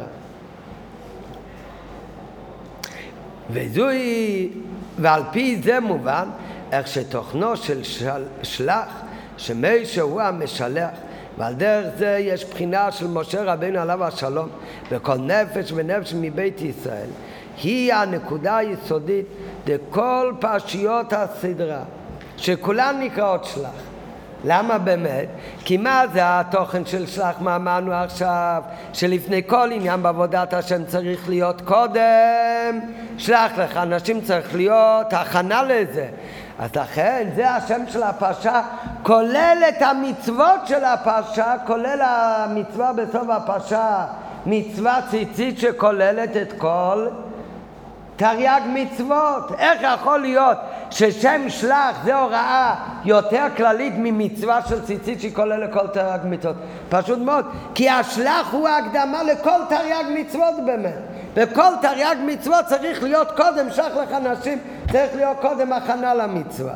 וזוהי, ועל פי זה מובן איך שתוכנו של של, שלח שמשה הוא המשלח, ועל דרך זה יש בחינה של משה רבינו עליו השלום בכל נפש ונפש מבית ישראל. היא הנקודה היסודית לכל פרשיות הסדרה שכולן נקראות שלח. למה באמת? כי מה זה התוכן של שלח? מה אמרנו עכשיו? שלפני כל עניין בעבודת השם צריך להיות קודם שלח לך אנשים, צריך להיות הכנה לזה. אז לכן זה השם של הפרשה, כולל את המצוות של הפרשה, כולל המצווה בסוף הפרשה, מצווה ציצית שכוללת את כל תרי"ג מצוות. איך יכול להיות ששם שלח זה הוראה יותר כללית ממצווה של ציצית שכולל לכל תרי"ג מצוות? פשוט מאוד, כי השלח הוא ההקדמה לכל תרי"ג מצוות באמת. בכל תרי"ג מצוות צריך להיות קודם שלח לך נשים, צריך להיות קודם הכנה למצווה.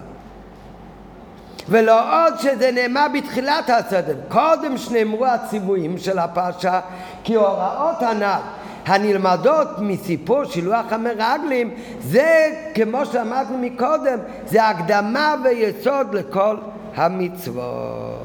ולא עוד שזה נאמר בתחילת הסדר, קודם שנאמרו הציוויים של הפרשה, כי הוראות הנ"ל הנלמדות מסיפור שילוח המרגלים, זה כמו שאמרנו מקודם, זה הקדמה ויסוד לכל המצוות.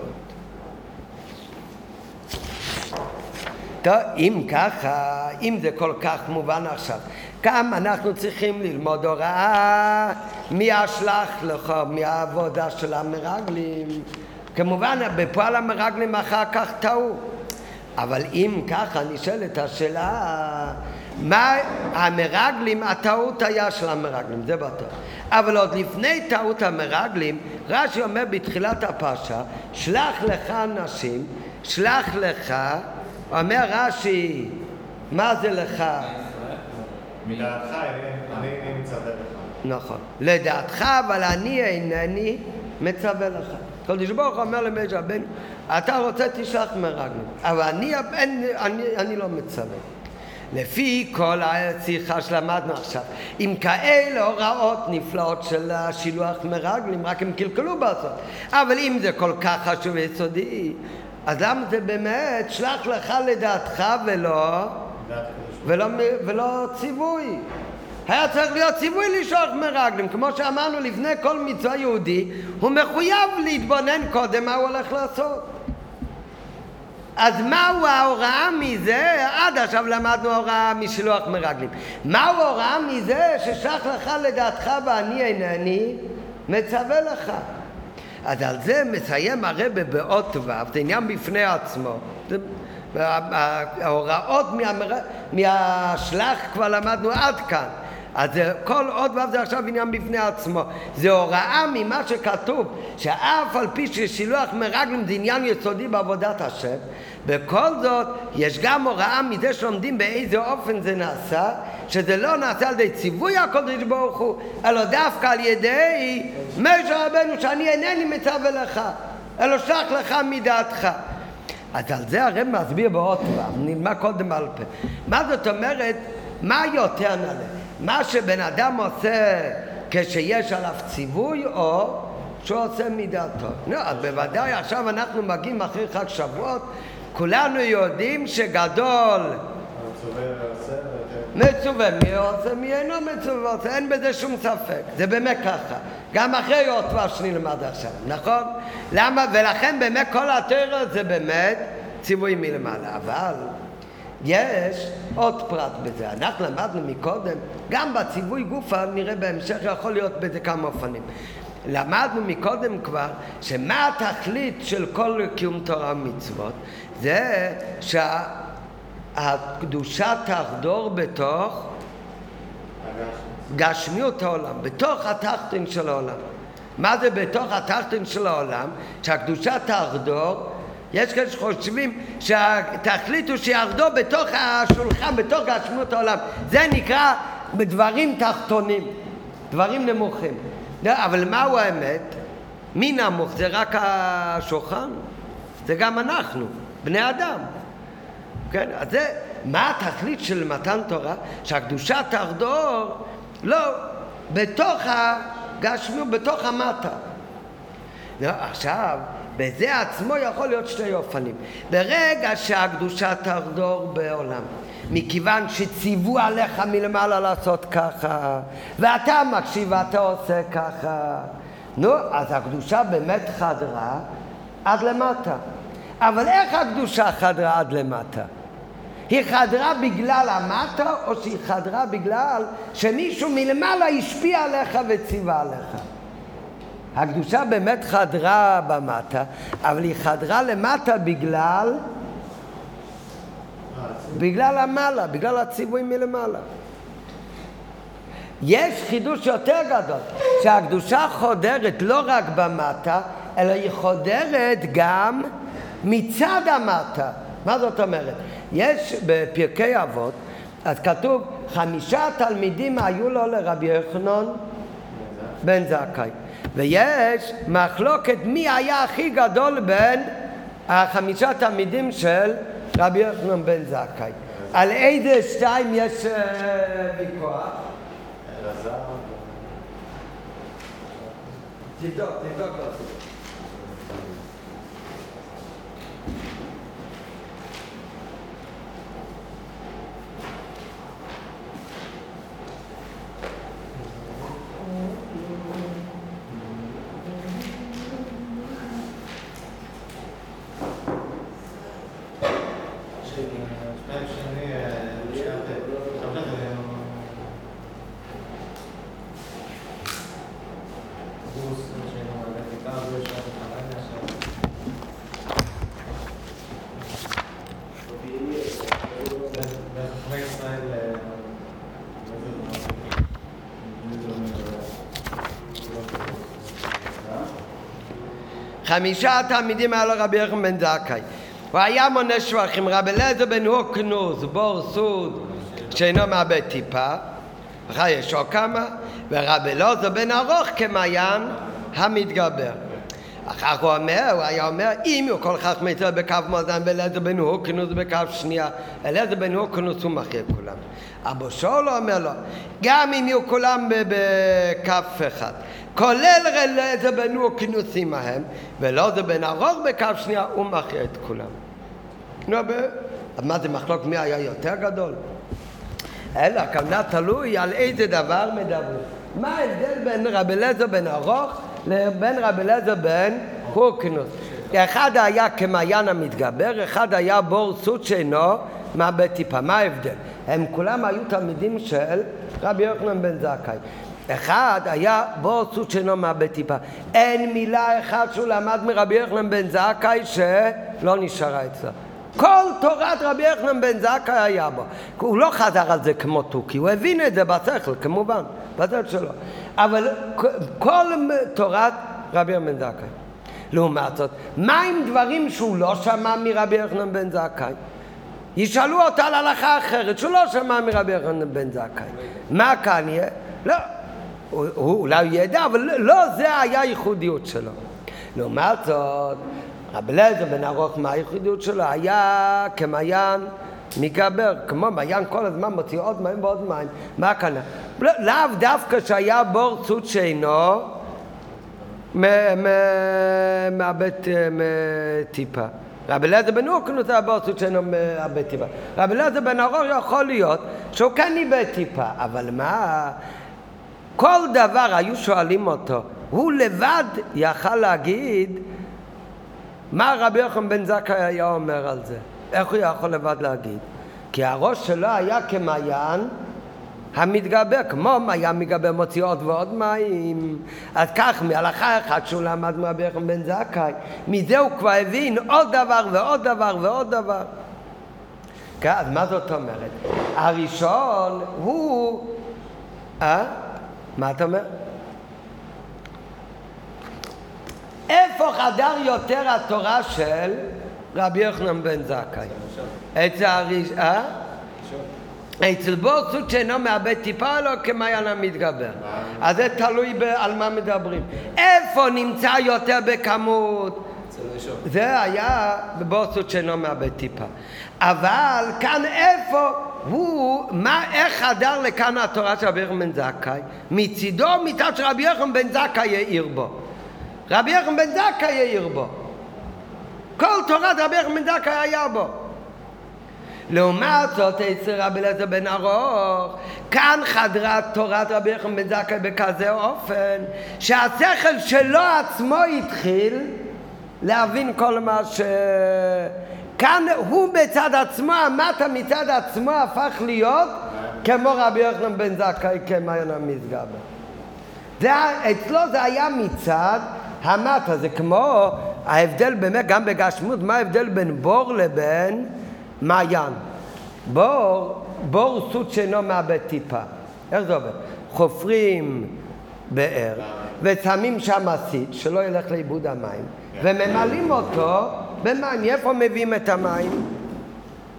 טוב, אם ככה, אם זה כל כך מובן עכשיו, כמה אנחנו צריכים ללמוד הוראה מהשלח לך, מהעבודה של המרגלים. כמובן, בפועל המרגלים אחר כך טעו. אבל אם ככה, נשאלת השאלה, מה המרגלים, הטעות היה של המרגלים, זה בטוח. אבל עוד לפני טעות המרגלים, רש"י אומר בתחילת הפרשה, שלח לך נשים, שלח לך, אומר רש"י, מה זה לך? מדעתך אני מצווה לך. נכון, לדעתך, אבל אני אינני מצווה לך. הקדוש ברוך הוא אומר למשה רבנו, אתה רוצה תשלח מרגלים, אבל אני, אני, אני, אני לא מצווה. לפי כל השיחה שלמדנו עכשיו, עם כאלה הוראות נפלאות של השילוח מרגלים, רק הם קלקלו בסוף. אבל אם זה כל כך חשוב ויסודי, אז למה זה באמת שלח לך לדעתך ולא, ולא, ולא ציווי? היה צריך להיות ציווי לשלוח מרגלים, כמו שאמרנו לפני כל מצווה יהודי, הוא מחויב להתבונן קודם מה הוא הולך לעשות. אז מהו ההוראה מזה? עד עכשיו למדנו הוראה משלוח מרגלים. מהו ההוראה מזה ששלח לך לדעתך ואני אינני מצווה לך? אז על זה מסיים הרב באות ו', זה עניין בפני עצמו. ההוראות מהשלח כבר למדנו עד כאן. אז כל עוד ו' זה עכשיו עניין בפני עצמו. זה הוראה ממה שכתוב, שאף על פי ששילוח מרגלים זה עניין יסודי בעבודת השם, בכל זאת יש גם הוראה מזה שלומדים באיזה אופן זה נעשה, שזה לא נעשה על ידי ציווי הקדוש ברוך הוא, אלא דווקא על ידי משה רבנו שאני אינני מצווה לך, אלא שלח לך מדעתך. אז על זה הרב מסביר באות ו', נלמד קודם על פה. מה זאת אומרת? מה יותר נעלה? מה שבן אדם עושה כשיש עליו ציווי או שהוא עושה מדעתו. לא, אז בוודאי עכשיו אנחנו מגיעים אחרי חג שבועות, כולנו יודעים שגדול מצווה מי עושה מי אינו מצווה עושה, אין בזה שום ספק, זה באמת ככה, גם אחרי אות ו' שנלמד עכשיו, נכון? למה? ולכן באמת כל התורה זה באמת ציווי מלמעלה, אבל יש עוד פרט בזה. אנחנו למדנו מקודם, גם בציווי גופה, נראה בהמשך, יכול להיות בזה כמה אופנים. למדנו מקודם כבר, שמה התכלית של כל קיום תורה ומצוות? זה שהקדושה תחדור בתוך גשמיות העולם, בתוך התחתון של העולם. מה זה בתוך התחתון של העולם? שהקדושה תחדור, יש כאלה שחושבים שהתכלית הוא שירדו בתוך השולחן, בתוך גשמיות העולם. זה נקרא בדברים תחתונים, דברים נמוכים. אבל מהו האמת? מי נמוך? זה רק השולחן? זה גם אנחנו, בני אדם. כן? אז זה, מה התכלית של מתן תורה? שהקדושה תחדור, לא, בתוך הגשמיות, בתוך המטה. לא, עכשיו, בזה עצמו יכול להיות שתי אופנים. ברגע שהקדושה תחדור בעולם, מכיוון שציוו עליך מלמעלה לעשות ככה, ואתה מקשיב ואתה עושה ככה, נו, אז הקדושה באמת חדרה עד למטה. אבל איך הקדושה חדרה עד למטה? היא חדרה בגלל המטה, או שהיא חדרה בגלל שמישהו מלמעלה השפיע עליך וציווה עליך? הקדושה באמת חדרה במטה, אבל היא חדרה למטה בגלל בגלל המעלה, בגלל הציווי מלמעלה. יש חידוש יותר גדול, שהקדושה חודרת לא רק במטה, אלא היא חודרת גם מצד המטה. מה זאת אומרת? יש בפרקי אבות, אז כתוב חמישה תלמידים היו לו לרבי יוחנן בן זכאי. ויש מחלוקת מי היה הכי גדול בין החמישה תלמידים של רבי יוחנן בן זכאי. על איזה שתיים יש ויכוח? אלעזר. תבדוק, תבדוק אותי. חמישה תלמידים היה לו רבי יוחנן בן זכאי. הוא היה מונה שבחים, רבי אליעזר בן הורקנוס, בור סוד שאינו מאבד טיפה, אחר יש עוד כמה, ורבי אליעזר בן ארוך כמעיין המתגבר. אחר הוא אומר, הוא היה אומר, אם הוא כל כך מצא בקו מאזן ואליעזר בן הורקנוס בקו שנייה, אליעזר בן הורקנוס הוא מכריע כולם. אבו שאול אומר לו, גם אם יהיו כולם בקו אחד, כולל אליעזר בן הורקנוס עמהם, ואליעזר בן ארוך בקו שנייה, הוא מכריע את כולם. נו, אז מה זה מחלוק מי היה יותר גדול? אלא הכוונה תלוי על איזה דבר מדברים. מה ההבדל בין רבי אליעזר בן ארוך לבין רבי אליעזר בן הורקנוס? אחד היה כמעיין המתגבר, אחד היה בור סוד שאינו מאבד טיפה. מה ההבדל? הם כולם היו תלמידים של רבי יוחנן בן זכאי. אחד היה בור סוד שאינו מאבד טיפה. אין מילה אחת שהוא למד מרבי יוחנן בן זכאי שלא נשארה אצלו. כל תורת רבי יוחנן בן זכאי היה בו. הוא לא חזר על זה כמו תוכי, הוא הבין את זה בשכל, כמובן, בשכל שלו. אבל כל תורת רבי יוחנן בן זכאי. לעומת זאת, מה עם דברים שהוא לא שמע מרבי יוחנן בן זכאי? ישאלו אותה על הלכה אחרת, שהוא לא שמע מרבי יוחנן בן זכאי. מה כאן יהיה? לא. הוא, הוא אולי ידע, אבל לא זה היה הייחודיות שלו. לעומת זאת, רבי אליעזר בן ארוך, מה הייחודיות שלו? היה כמעיין מתגבר, כמו מעיין כל הזמן מוציא עוד מים ועוד מים. מה כאן? לא, לאו דווקא שהיה בור סוד שאינו מאבד טיפה. רבי אליעזר בן הורקנוס היה בור סוד שאינו מאבד טיפה. רבי אליעזר בן ארוך יכול להיות שהוא כן איבד טיפה, אבל מה? כל דבר היו שואלים אותו, הוא לבד יכל להגיד מה רבי יוחנן בן זכאי היה אומר על זה? איך הוא יכול לבד להגיד? כי הראש שלו היה כמעיין המתגבר, כמו מעיין מתגבר מוציא עוד ועוד מים. אז כך, מהלכה אחת שהוא למד מרבי יוחנן בן זכאי, מזה הוא כבר הבין עוד דבר ועוד דבר ועוד דבר. כן, אז מה זאת אומרת? הראשון הוא... אה? מה אתה אומר? איפה חדר יותר התורה של רבי יוחנן בן זכאי? אצל הראש... אה? אצל בור סוד שאינו מאבד טיפה לא כמעיין המתגבר. אז זה תלוי על מה מדברים. איפה נמצא יותר בכמות? זה היה בבור סוד שאינו מאבד טיפה. אבל כאן איפה הוא, מה, איך חדר לכאן התורה של רבי יוחנן בן זכאי? מצידו מצד של רבי יוחנן בן זכאי יאיר בו. רבי יוחנן בן זכאי יאיר בו. כל תורת רבי יוחנן בן זכאי היה בו. לעומת זאת אצל רבי אליעזר בן ארוך, כאן חדרה תורת רבי יוחנן בן זכאי בכזה אופן שהשכל שלו עצמו התחיל להבין כל מה ש... כאן הוא בצד עצמו, המטה מצד עצמו הפך להיות כמו רבי יוחנן בן זכאי כמעיין המתגבר. זה, אצלו זה היה מצד המטה, זה כמו ההבדל באמת גם בגשמות, מה ההבדל בין בור לבין מעיין? בור, בור סוד שאינו מאבד טיפה. איך זה עובד? חופרים באר ושמים שם סיד שלא ילך לאיבוד המים וממלאים אותו במים. איפה מביאים את המים?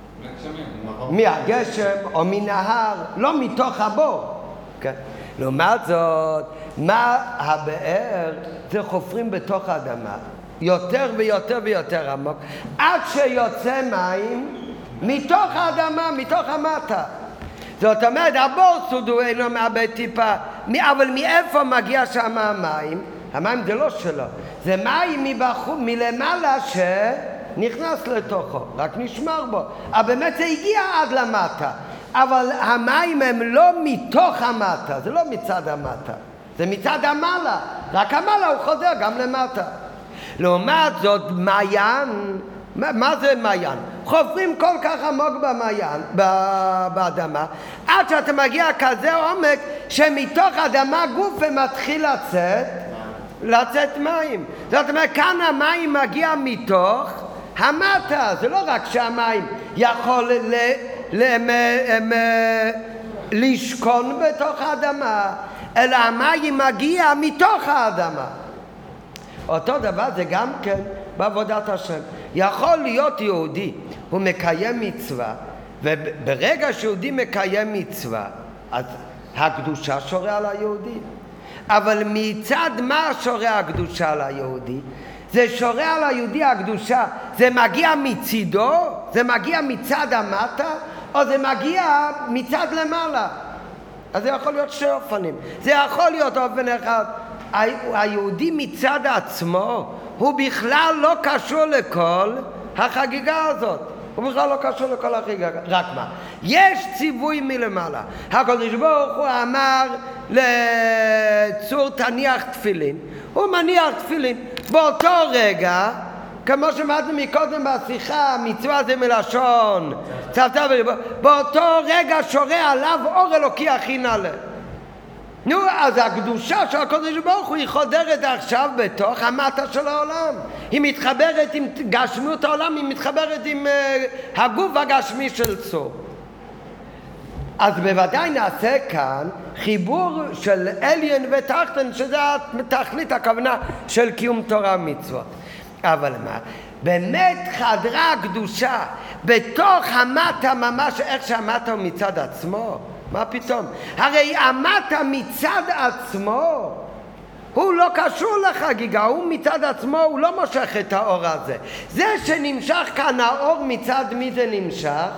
מהגשם או מנהר, לא מתוך הבור. כן? לעומת זאת, מה הבאר? זה חופרים בתוך האדמה, יותר ויותר ויותר עמוק, עד שיוצא מים מתוך האדמה, מתוך המטה. זאת אומרת, הבור סודו אינו מאבד טיפה, אבל מאיפה מגיע שם המים? המים זה לא שלו, זה מים מבחור, מלמעלה שנכנס לתוכו, רק נשמר בו. אבל באמת זה הגיע עד למטה, אבל המים הם לא מתוך המטה, זה לא מצד המטה, זה מצד המעלה, רק המעלה הוא חודר גם למטה. לעומת זאת, מעיין, מה, מה זה מעיין? חופרים כל כך עמוק במעיין, באדמה, עד שאתה מגיע כזה עומק שמתוך אדמה גוף מתחיל לצאת, לצאת מים. זאת אומרת, כאן המים מגיע מתוך המטה, זה לא רק שהמים יכול ל, ל, ל, ל, לשכון בתוך האדמה, אלא המים מגיע מתוך האדמה. אותו דבר זה גם כן בעבודת השם. יכול להיות יהודי, הוא מקיים מצווה, וברגע שיהודי מקיים מצווה, אז הקדושה שורה על היהודי. אבל מצד מה שורה הקדושה על היהודי? זה שורה על היהודי הקדושה, זה מגיע מצידו, זה מגיע מצד המטה, או זה מגיע מצד למעלה. אז זה יכול להיות שני אופנים. זה יכול להיות אופן אחד. היהודי מצד עצמו הוא בכלל לא קשור לכל החגיגה הזאת, הוא בכלל לא קשור לכל החגיגה. רק מה? יש ציווי מלמעלה. הקדוש ברוך הוא אמר לצור תניח תפילין, הוא מניח תפילין. באותו רגע, כמו שמעתם מקודם בשיחה, מצווה זה מלשון צוותא וריבו, באותו רגע שורה עליו אור אלוקי הכי נעלה. נו, אז הקדושה של הקדוש ברוך הוא היא חודרת עכשיו בתוך המטה של העולם. היא מתחברת עם גשמיות העולם, היא מתחברת עם uh, הגוף הגשמי של צור. אז בוודאי נעשה כאן חיבור של עליין ותחתן, שזה התכלית, הכוונה של קיום תורה ומצוות. אבל מה? באמת חדרה הקדושה בתוך המטה ממש, איך שהמטה הוא מצד עצמו. מה פתאום? הרי המטה מצד עצמו הוא לא קשור לחגיגה, הוא מצד עצמו, הוא לא מושך את האור הזה. זה שנמשך כאן האור, מצד מי זה נמשך?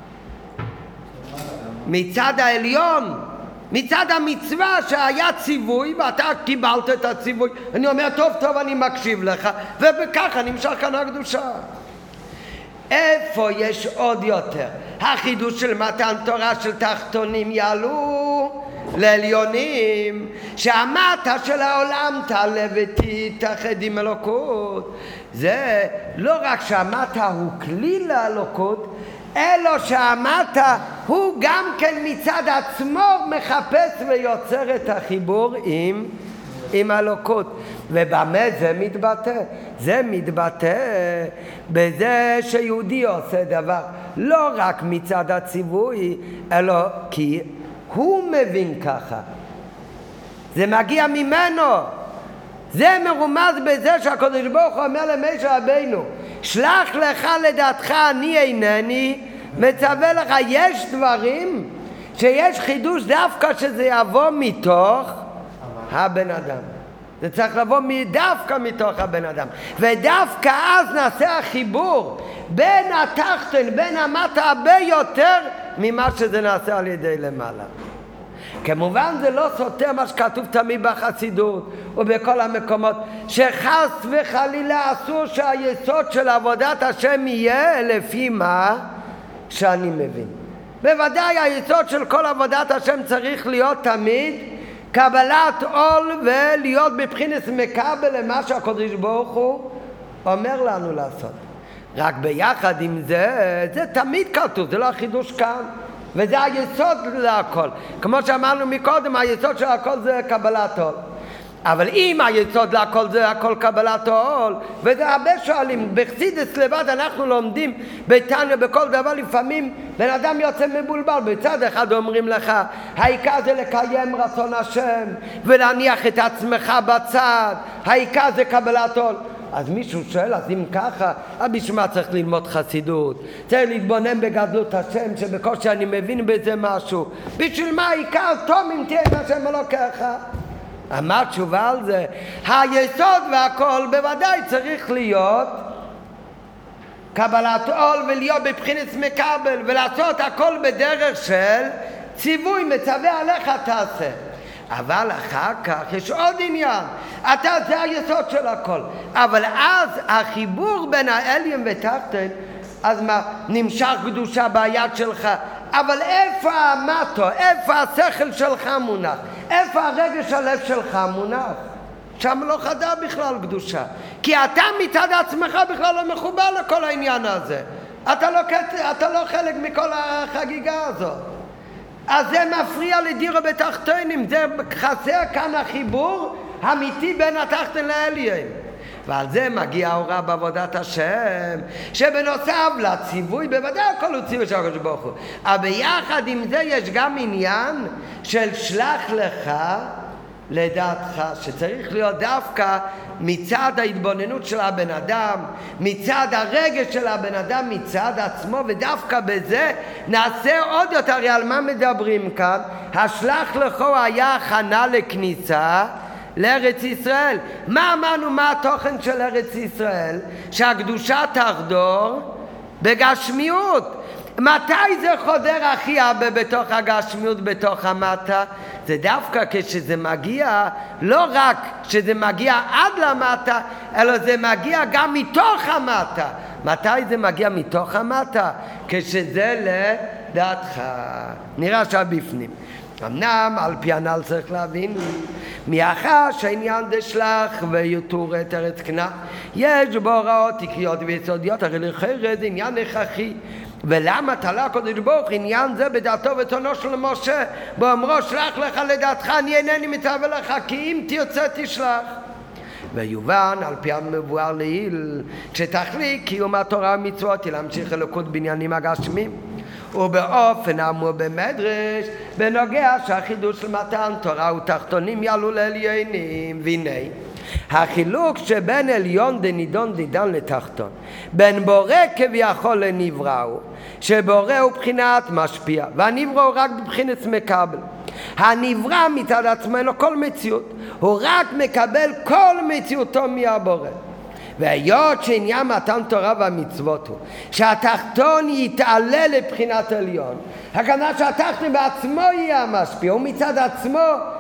מצד העליון, מצד המצווה שהיה ציווי ואתה קיבלת את הציווי. אני אומר טוב טוב אני מקשיב לך, ובככה נמשך כאן הקדושה. איפה יש עוד יותר? החידוש של מתן תורה של תחתונים יעלו לעליונים, שהמטה של העולם תעלה ותתאחד עם אלוקות. זה לא רק שהמטה הוא כלי לאלוקות, אלא שהמטה הוא גם כן מצד עצמו מחפש ויוצר את החיבור עם עם אלוקות. ובמה זה מתבטא? זה מתבטא בזה שיהודי עושה דבר לא רק מצד הציווי, אלא כי הוא מבין ככה, זה מגיע ממנו. זה מרומז בזה שהקדוש ברוך הוא אומר למשה רבינו, שלח לך לדעתך אני אינני מצווה לך. יש דברים שיש חידוש דווקא שזה יבוא מתוך הבן אדם, זה צריך לבוא דווקא מתוך הבן אדם, ודווקא אז נעשה החיבור בין התחתן בין המטה הרבה יותר ממה שזה נעשה על ידי למעלה. כמובן זה לא סותר מה שכתוב תמיד בחסידות ובכל המקומות, שחס וחלילה אסור שהיסוד של עבודת השם יהיה לפי מה שאני מבין. בוודאי היסוד של כל עבודת השם צריך להיות תמיד קבלת עול ולהיות בבחינת מקבל למה שהקדוש ברוך הוא אומר לנו לעשות. רק ביחד עם זה, זה תמיד כתוב, זה לא החידוש כאן, וזה היסוד להכל. כמו שאמרנו מקודם, היסוד של הכל זה קבלת עול. אבל אם היסוד להכל זה הכל קבלת העול, וזה הרבה שואלים, בחסידות לבד אנחנו לומדים בתניא בכל דבר, לפעמים בן אדם יוצא מבולבל. בצד אחד אומרים לך העיקר זה לקיים רצון השם ולהניח את עצמך בצד, העיקר זה קבלת עול. אז מישהו שואל, אז אם ככה, אז בשביל מה צריך ללמוד חסידות? צריך להתבונן בגדלות השם, שבקושי אני מבין בזה משהו. בשביל מה עיקר טוב אם תהיה עם השם ולא ככה? מה התשובה על זה? היסוד והכל בוודאי צריך להיות קבלת עול ולהיות בבחינת מקבל ולעשות הכל בדרך של ציווי מצווה עליך תעשה. אבל אחר כך יש עוד עניין, אתה זה היסוד של הכל, אבל אז החיבור בין העליון ותחתון, אז מה, נמשך קדושה ביד שלך, אבל איפה המטו, איפה השכל שלך מונח, איפה הרגש הלב שלך מונח? שם לא חדה בכלל קדושה, כי אתה מצד עצמך בכלל לא מחובר לכל העניין הזה, אתה לא, אתה לא חלק מכל החגיגה הזאת. אז זה מפריע לדירו בתחתונים, זה חסר כאן החיבור האמיתי בין התחתון לעליון. ועל זה מגיע ההוראה בעבודת השם, שבנוסף לציווי, בוודאי הכל הוא ציווי של הקדוש ברוך הוא, אבל ביחד עם זה יש גם עניין של שלח לך לדעתך, שצריך להיות דווקא מצד ההתבוננות של הבן אדם, מצד הרגש של הבן אדם, מצד עצמו, ודווקא בזה נעשה עוד יותר. הרי על מה מדברים כאן? השלח לך היה הכנה לכניסה לארץ ישראל. מה אמרנו? מה התוכן של ארץ ישראל? שהקדושה תחדור בגשמיות. מתי זה חודר הכי הרבה בתוך הגשמיות, בתוך המטה? זה דווקא כשזה מגיע, לא רק שזה מגיע עד למטה, אלא זה מגיע גם מתוך המטה. מתי זה מגיע מתוך המטה? כשזה לדעתך. נראה שם בפנים. אמנם על פי הנ"ל צריך להבין, מאחר שהעניין דשלח ויתור את ארץ כנען, יש בו הוראות עיקריות ויסודיות, הרי לכאורה זה עניין הכרחי. ולמה תלה הקדוש ברוך עניין זה בדעתו ותונו של משה באומרו שלח לך לדעתך, אני אינני מצווה לך כי אם תרצה תשלח. ויובן על פי המבואר לעיל שתכלית קיום התורה ומצוות היא להמשיך אלוקות בעניינים הגשמיים, ובאופן האמור במדרש בנוגע שהחידוש של מתן תורה ותחתונים יעלו לעליונים. והנה החילוק שבין עליון דנידון דידן לתחתון, בין בורא כביכול לנברא, הוא שבורא הוא בחינת משפיע והנברא הוא רק בבחינת מקבל. הנברא מצד עצמו לו כל מציאות, הוא רק מקבל כל מציאותו מהבורא. והיות שעניין מתן תורה והמצוות הוא שהתחתון יתעלה לבחינת עליון, הכוונה שהתחתון בעצמו יהיה המשפיע, הוא מצד עצמו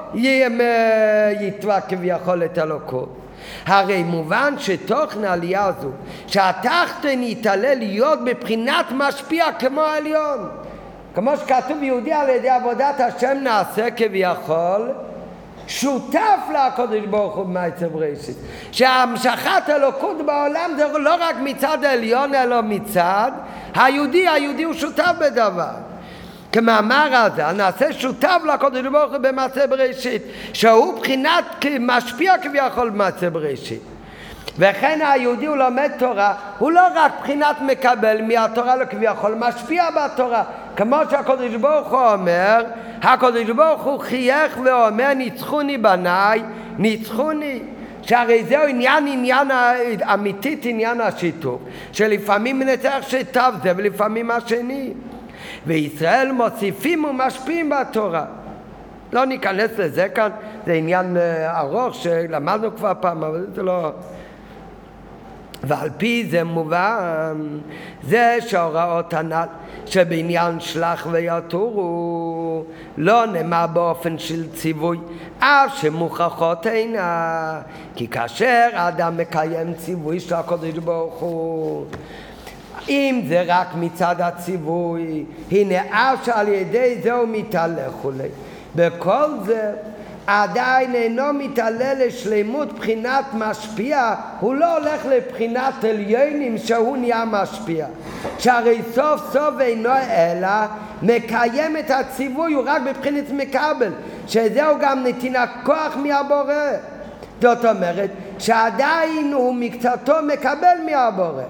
יתבע כביכול את אלוקות. הרי מובן שתוכן העלייה הזו שהתחתון יתעלה להיות בבחינת משפיע כמו העליון, כמו שכתוב יהודי על ידי עבודת השם נעשה כביכול שותף לקדוש ברוך הוא במעשה בראשית, שהמשכת אלוקות בעולם זה לא רק מצד העליון אלא מצד היהודי, היהודי הוא שותף בדבר. כמאמר הזה, נעשה שותף לקדוש ברוך הוא במעשה בראשית, שהוא בחינת משפיע כביכול במעשה בראשית. וכן היהודי הוא לומד תורה, הוא לא רק בחינת מקבל מהתורה, לא כביכול משפיע בתורה, כמו שהקדוש ברוך הוא אומר, הקדוש ברוך הוא חייך ואומר ניצחוני בניי, ניצחוני. שהרי זהו עניין, עניין אמיתית, עניין השיתוף, שלפעמים מנצח שטב זה ולפעמים השני. וישראל מוסיפים ומשפיעים בתורה. לא ניכנס לזה כאן, זה עניין ארוך שלמדנו כבר פעם, אבל זה לא... ועל פי זה מובן זה שההוראות הנ"ל שבעניין שלח ויתורו לא נאמר באופן של ציווי, אף שמוכחות אינה, כי כאשר האדם מקיים ציווי של הקדוש ברוך הוא, אם זה רק מצד הציווי, הנה אף שעל ידי זה הוא מתהלך אולי. בכל זה עדיין אינו מתעלה לשלימות בחינת משפיע, הוא לא הולך לבחינת עליונים שהוא נהיה משפיע, שהרי סוף סוף אינו אלא מקיים את הציווי, הוא רק בבחינת מקבל, שזהו גם נתינת כוח מהבורא. זאת אומרת שעדיין הוא מקצתו מקבל מהבורא.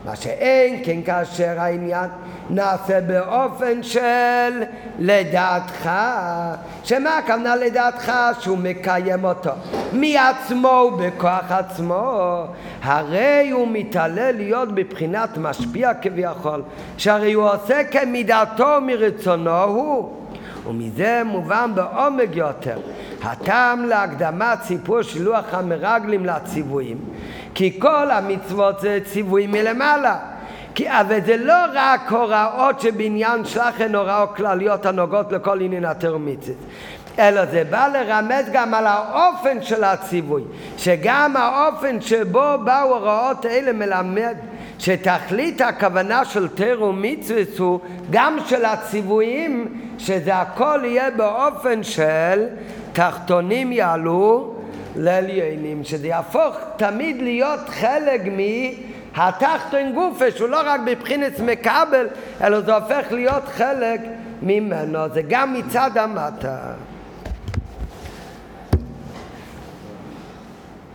מה שאין כן כאשר העניין נעשה באופן של לדעתך. שמה הכוונה לדעתך? שהוא מקיים אותו מעצמו ובכוח עצמו, הרי הוא מתעלה להיות בבחינת משפיע כביכול, שהרי הוא עושה כמידתו מרצונו הוא. ומזה מובן בעומק יותר הטעם להקדמת סיפור שילוח המרגלים לציוויים, כי כל המצוות זה ציוויים מלמעלה. כי אבל זה לא רק הוראות שבעניין שלחן הוראות כלליות הנוגעות לכל עניין התורה ומצוות, אלא זה בא לרמז גם על האופן של הציווי, שגם האופן שבו באו הוראות האלה מלמד שתכלית הכוונה של תורה ומצוות הוא גם של הציוויים, שזה הכל יהיה באופן של תחתונים יעלו לעליונים, שזה יהפוך תמיד להיות חלק מהתחתון גופה, שהוא לא רק בבחינת מקבל, אלא זה הופך להיות חלק ממנו, זה גם מצד המטה.